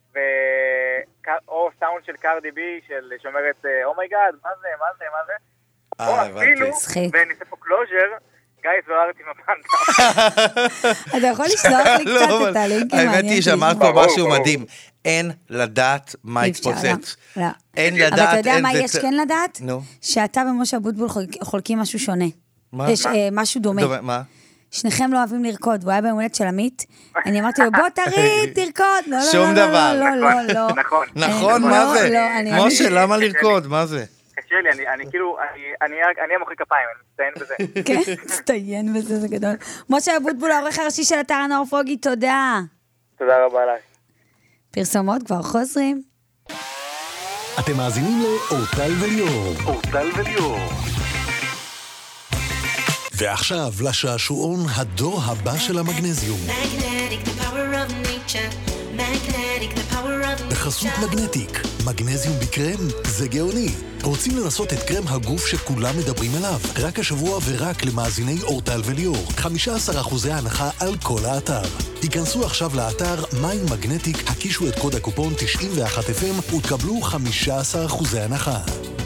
ו- או סאונד של קרדי בי, של שאומרת, אומייגאד, מה זה, מה זה, מה זה? או אה, הבנתי. אפילו, מצחיק. ונעשה פה קלוז'ר, גיא זוהר עם הפנטה. אתה יכול לשלוח לי לא, קצת אבל את הלינקים, האמת מעניין היא אותי שאמרת לשמוע. פה משהו מדהים. אין לדעת מה אי אפשר, יתפוצץ. לא, לא. אין אבל לדעת... אתה יודע אין מה זה- יש כן לדעת? נו. שאתה ומשה אבוטבול חולק- חולקים משהו שונה. מה? יש מה? אה, משהו דומה. דומה, מה? שניכם לא אוהבים לרקוד, והוא היה ביום הולדת של עמית. אני אמרתי לו, בוא תריד, תרקוד. לא, לא, שום לא, דבר. לא, לא, לא, לא. נכון. נכון, לא, מה לא, זה? לא, אני- משה, אני- למה לרקוד? מה זה? קשה לי, אני- אני כאילו, אני- אני רק- אני המוחא כפיים, אני מצטיין בזה. כן, מצטיין בזה, זה גדול. משה אבוטבול, העורך הראשי של אתר הנאור פרוגי, תודה. תודה רבה לך. פרסומות כבר חוזרים. אתם מאזינים לאורטל וליאור. אורטל וליאור. ועכשיו לשעשועון הדור הבא של המגנזיום. Magnetic, the power of nature. Magnetic, the power of בחסות מגנטיק, מגנזיום בקרם זה גאוני. רוצים לנסות את קרם הגוף שכולם מדברים עליו? רק השבוע ורק למאזיני אורטל וליאור. חמישה עשר אחוזי הנחה על כל האתר. היכנסו עכשיו לאתר מיין מגנטיק, הקישו את קוד הקופון תשעים ואחת אף אם ותקבלו חמישה עשר אחוזי הנחה.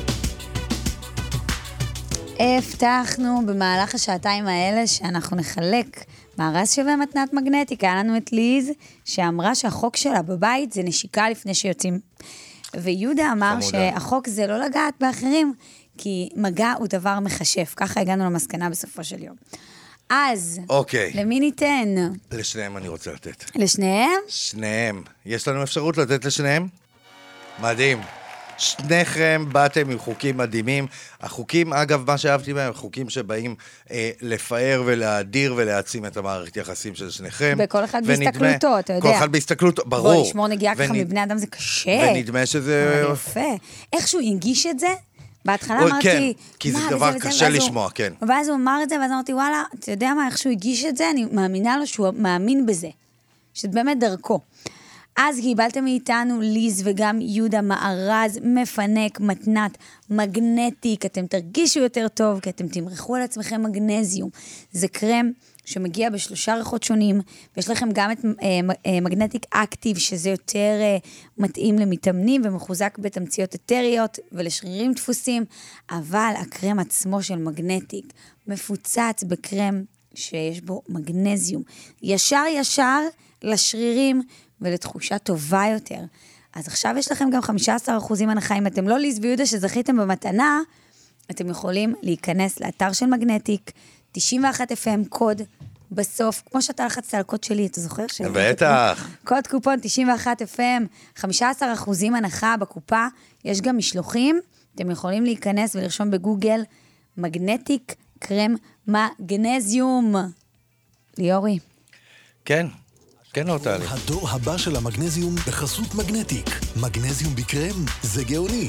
הבטחנו במהלך השעתיים האלה שאנחנו נחלק מארז שווה מתנת מגנטיקה. היה לנו את ליז שאמרה שהחוק שלה בבית זה נשיקה לפני שיוצאים. ויהודה אמר שהחוק זה לא לגעת באחרים, כי מגע הוא דבר מחשף. ככה הגענו למסקנה בסופו של יום. אז, אוקיי. למי ניתן? לשניהם אני רוצה לתת. לשניהם? שניהם. יש לנו אפשרות לתת לשניהם? מדהים. שניכם באתם עם חוקים מדהימים. החוקים, אגב, מה שאהבתי בהם, חוקים שבאים אה, לפאר ולהדיר ולהעצים את המערכת יחסים של שניכם. בכל אחד ונדמה, בהסתכלותו, אתה יודע. כל אחד בהסתכלותו, ברור. בוא, לשמור נגיעה ככה מבני אדם זה קשה. ונדמה שזה... יפה. איך שהוא הנגיש את זה, בהתחלה או, אמרתי... כן, כי זה דבר וזה, קשה וזה, לשמוע, הוא, כן. ואז הוא אמר את זה, ואז אמרתי, וואלה, אתה יודע מה, איך שהוא הגיש את זה, אני מאמינה לו שהוא מאמין בזה. שזה באמת דרכו. אז קיבלתם מאיתנו ליז וגם יהודה מארז מפנק מתנת מגנטיק, אתם תרגישו יותר טוב, כי אתם תמרחו על עצמכם מגנזיום. זה קרם שמגיע בשלושה ריחות שונים, ויש לכם גם את מגנטיק אקטיב, שזה יותר מתאים למתאמנים ומחוזק בתמציות אתריות ולשרירים דפוסים, אבל הקרם עצמו של מגנטיק מפוצץ בקרם שיש בו מגנזיום. ישר ישר לשרירים ולתחושה טובה יותר. אז עכשיו יש לכם גם חמישה עשר אחוזים הנחה, אם אתם לא ליז ויהודה שזכיתם במתנה, אתם יכולים להיכנס לאתר של מגנטיק, תשעים ואחת אף אם, קוד בסוף, כמו שאתה לחצת על הקוד שלי, אתה זוכר? בטח. קוד קופון תשעים ואחת אף אם, חמישה עשר אחוזים הנחה בקופה, יש גם משלוחים, אתם יכולים להיכנס ולרשום בגוגל, מגנטיק קרם מגנזיום. ליאורי. כן. כן, אורטלי. הדור הבא של המגנזיום בחסות מגנטיק. מגנזיום בקרם זה גאוני.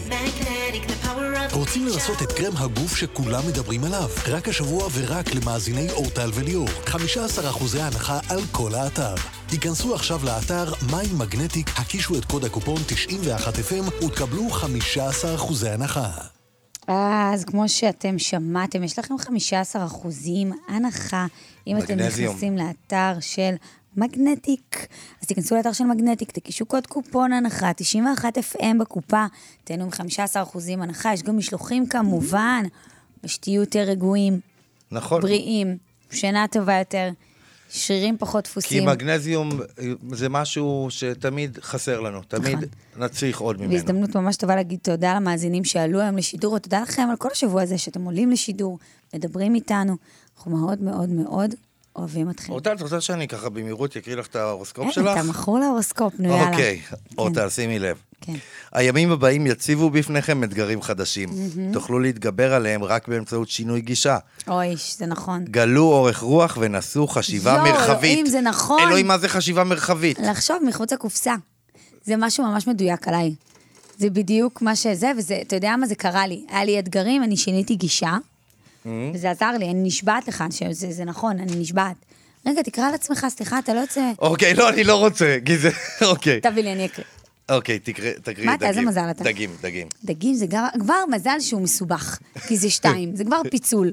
רוצים לנסות את קרם הגוף שכולם מדברים עליו? רק השבוע ורק למאזיני אורטל וליאור. חמישה עשר אחוזי הנחה על כל האתר. תיכנסו עכשיו לאתר מיין מגנטיק, הקישו את קוד הקופון תשעים ואחת אף אם ותקבלו חמישה עשר אחוזי הנחה. אז כמו שאתם שמעתם, יש לכם חמישה עשר אחוזים הנחה אם אתם נכנסים לאתר של מגנטיק. אז תיכנסו לאתר של מגנטיק, תקישו קוד קופון הנחה, תשעים ואחת אף אם בקופה, תהנו מ-חמישה עשר אחוזים הנחה, יש גם משלוחים כמובן, ושתהיו יותר רגועים, נכון. בריאים, שינה טובה יותר, שרירים פחות דפוסים. כי מגנזיום זה משהו שתמיד חסר לנו, תמיד נכון. נצריך עוד ממנו. והזדמנות ממש טובה להגיד תודה למאזינים שעלו היום לשידור, ותודה לכם על כל השבוע הזה שאתם עולים לשידור, מדברים איתנו, אנחנו מאוד מאוד מאוד אוהבים אתכם. אורטל, את רוצה שאני ככה במהירות יקריא לך את ההורוסקופ שלך? אתה מכור להורוסקופ, נו יאללה. אוקיי, אורטל, שימי לב. הימים הבאים יציבו בפניכם אתגרים חדשים. תוכלו להתגבר עליהם רק באמצעות שינוי גישה. אוי, זה נכון. גלו אורך רוח ונסו חשיבה מרחבית. יו, אלוהים, זה נכון. אלוהים, מה זה חשיבה מרחבית? לחשוב מחוץ לקופסה. זה משהו ממש מדויק עליי. זה בדיוק מה שזה, וזה, אתה יודע מה זה קרה לי? היה לי אתגרים, אני שיניתי גישה, וזה עזר לי, אני נשבעת לך, שזה, זה נכון, אני נשבעת. רגע, תקרא על עצמך, סליחה, אתה לא יוצא... אוקיי, לא, אני לא רוצה, כי זה... אוקיי. תביא לי, אני אקריא. אוקיי, תקריא דגים. מה אתה, איזה מזל אתה? דגים, דגים. דגים זה כבר מזל שהוא מסובך, כי זה שתיים, זה כבר פיצול.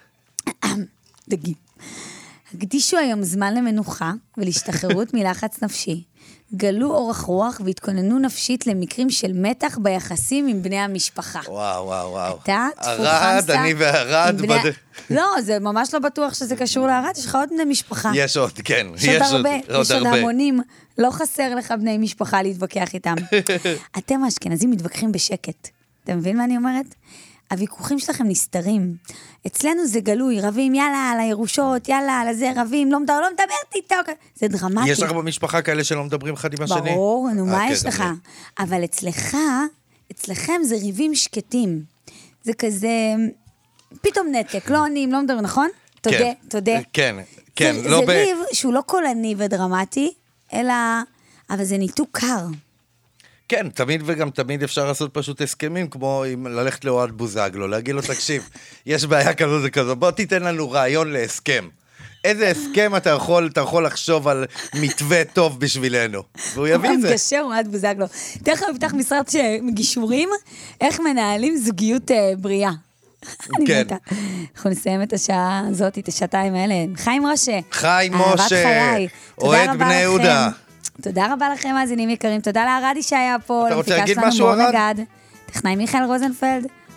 דגים. הקדישו היום זמן למנוחה ולהשתחררות מלחץ נפשי. גלו אורך רוח והתכוננו נפשית למקרים של מתח ביחסים עם בני המשפחה. וואו, וואו, וואו. אתה, ערד, אני וערד. בני... בד... לא, זה ממש לא בטוח שזה קשור לערד, יש לך עוד בני משפחה. יש עוד, כן. יש עוד הרבה, יש עוד המונים. לא חסר לך בני משפחה להתווכח איתם. אתם האשכנזים מתווכחים בשקט. אתה מבין מה אני אומרת? הוויכוחים שלכם נסתרים. אצלנו זה גלוי, רבים, יאללה, על הירושות, יאללה, על הזה, רבים, לא מדבר, לא מדברת איתו. זה דרמטי. יש לך במשפחה כאלה שלא מדברים אחד עם השני? ברור, נו, מה יש לך? אבל אצלך, אצלכם זה ריבים שקטים. זה כזה, פתאום נתק, לא עונים, לא מדבר, נכון? תודה, תודה. כן, כן. זה ריב שהוא לא קולני ודרמטי, אלא, אבל זה ניתוק קר. כן, תמיד וגם תמיד אפשר לעשות פשוט הסכמים, כמו אם ללכת לאוהד בוזגלו, להגיד לו, תקשיב, יש בעיה כזו וכזו, בוא תיתן לנו רעיון להסכם. איזה הסכם אתה יכול, אתה יכול לחשוב על מתווה טוב בשבילנו? והוא יביא את זה. הוא מתקשר, אוהד בוזגלו. תכף נפתח משרד גישורים, איך מנהלים זוגיות בריאה. כן. אנחנו נסיים את השעה הזאת, את השעתיים האלה. חיים ראשה. חיים משה. אוהד בני יהודה. תודה רבה לכם, מאזינים יקרים. תודה לארדי שהיה פה. אתה רוצה להגיד משהו, ארד? טכנאי מיכאל רוזנפלד.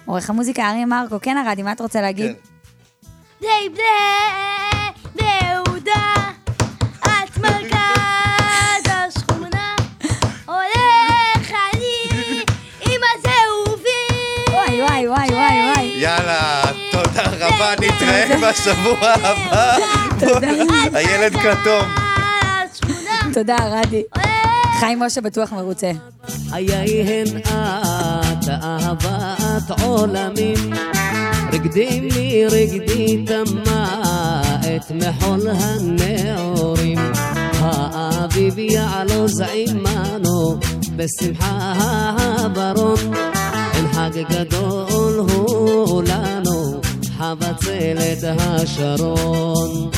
עורך המוזיקה ארי מרקו. כן, ארדי, מה את רוצה להגיד? די בני, ביהודה, את מרכז השכונה, הולך אני עם הזהובים. וואי, וואי, וואי, וואי, וואי. יאללה, תודה רבה, נתראה בשבוע הבא. תודה. הילד כתום. תודה, ארדי. חיים משה בטוח מרוצה. חייהן את אהבת עולמים, רגדי לי רגדי תמה את מחול הנאורים, האביב יעלוז עמנו בשמחה הברון, אין חג גדול הוא לנו חבצלת השרון.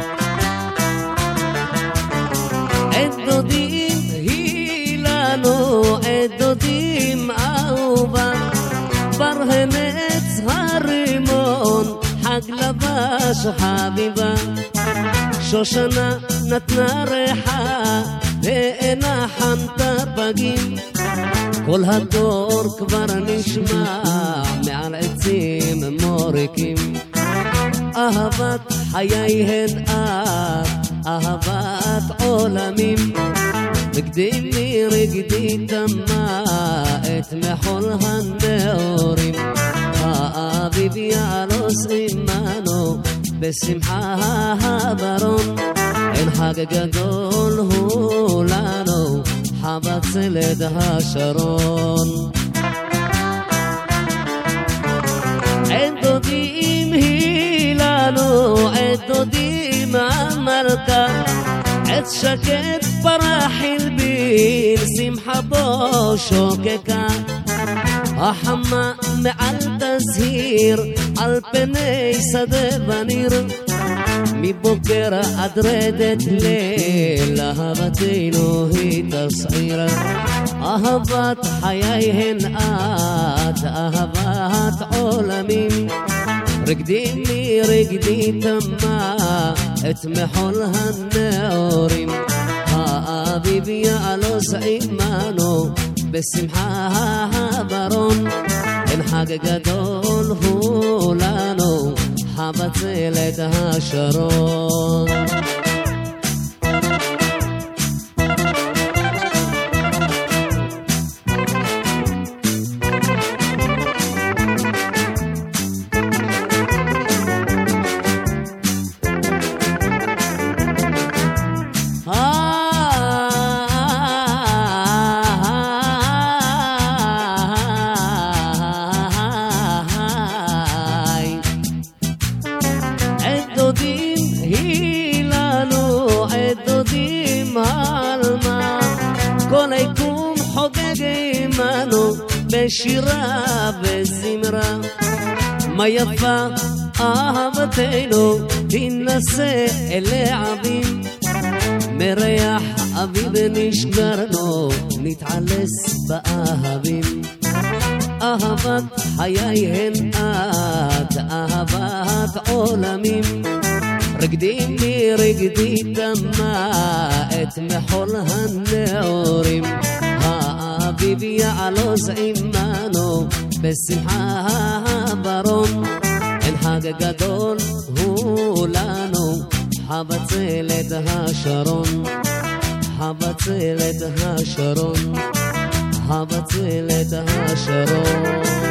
את דודים היא לנו, את דודים אהובה, ברהנץ הרימון, חג לבש חביבה, שושנה נתנה ריחה, ואינה חנתה פגים, כל הדור כבר נשמע מעל עצים מוריקים. אהבת חייהן את, אהבת עולמים, רגדי לי רגדי תמה את מחול הנאורים, האביב יעלוס עמנו בשמחה הברון, אין חג גדול הוא לנו חבצלת השרון. אין דודים היא לנו, אין דודים המלכה, עץ שקט פרח הלבין, שמחה בו שוקקה, החמה מעל תזהיר, על פני שדה וניר, מבוקר עד רדת ליל, אהבתנו היא תסעיר. אהבת חייהן את, אהבת עולמים, רגדי לי רגדי תמה את מחול הנאורים, האביב יעלוז עמנו בשמחה הברון, אין חג גדול הוא לנו חבצלת השרון. בשירה וזמרה, מה יפה אהבתנו, תנסה אל העבים, מריח אביב נשגרנו, נתעלס באהבים. אהבת חייהן את, אהבת עולמים, רגדי לי רגדי תמה את מחול הנאורים, האביב יעלוז עמנו בשמחה הברון, אין חג גדול הוא לנו חבצלת השרון, חבצלת השרון, חבצלת השרון.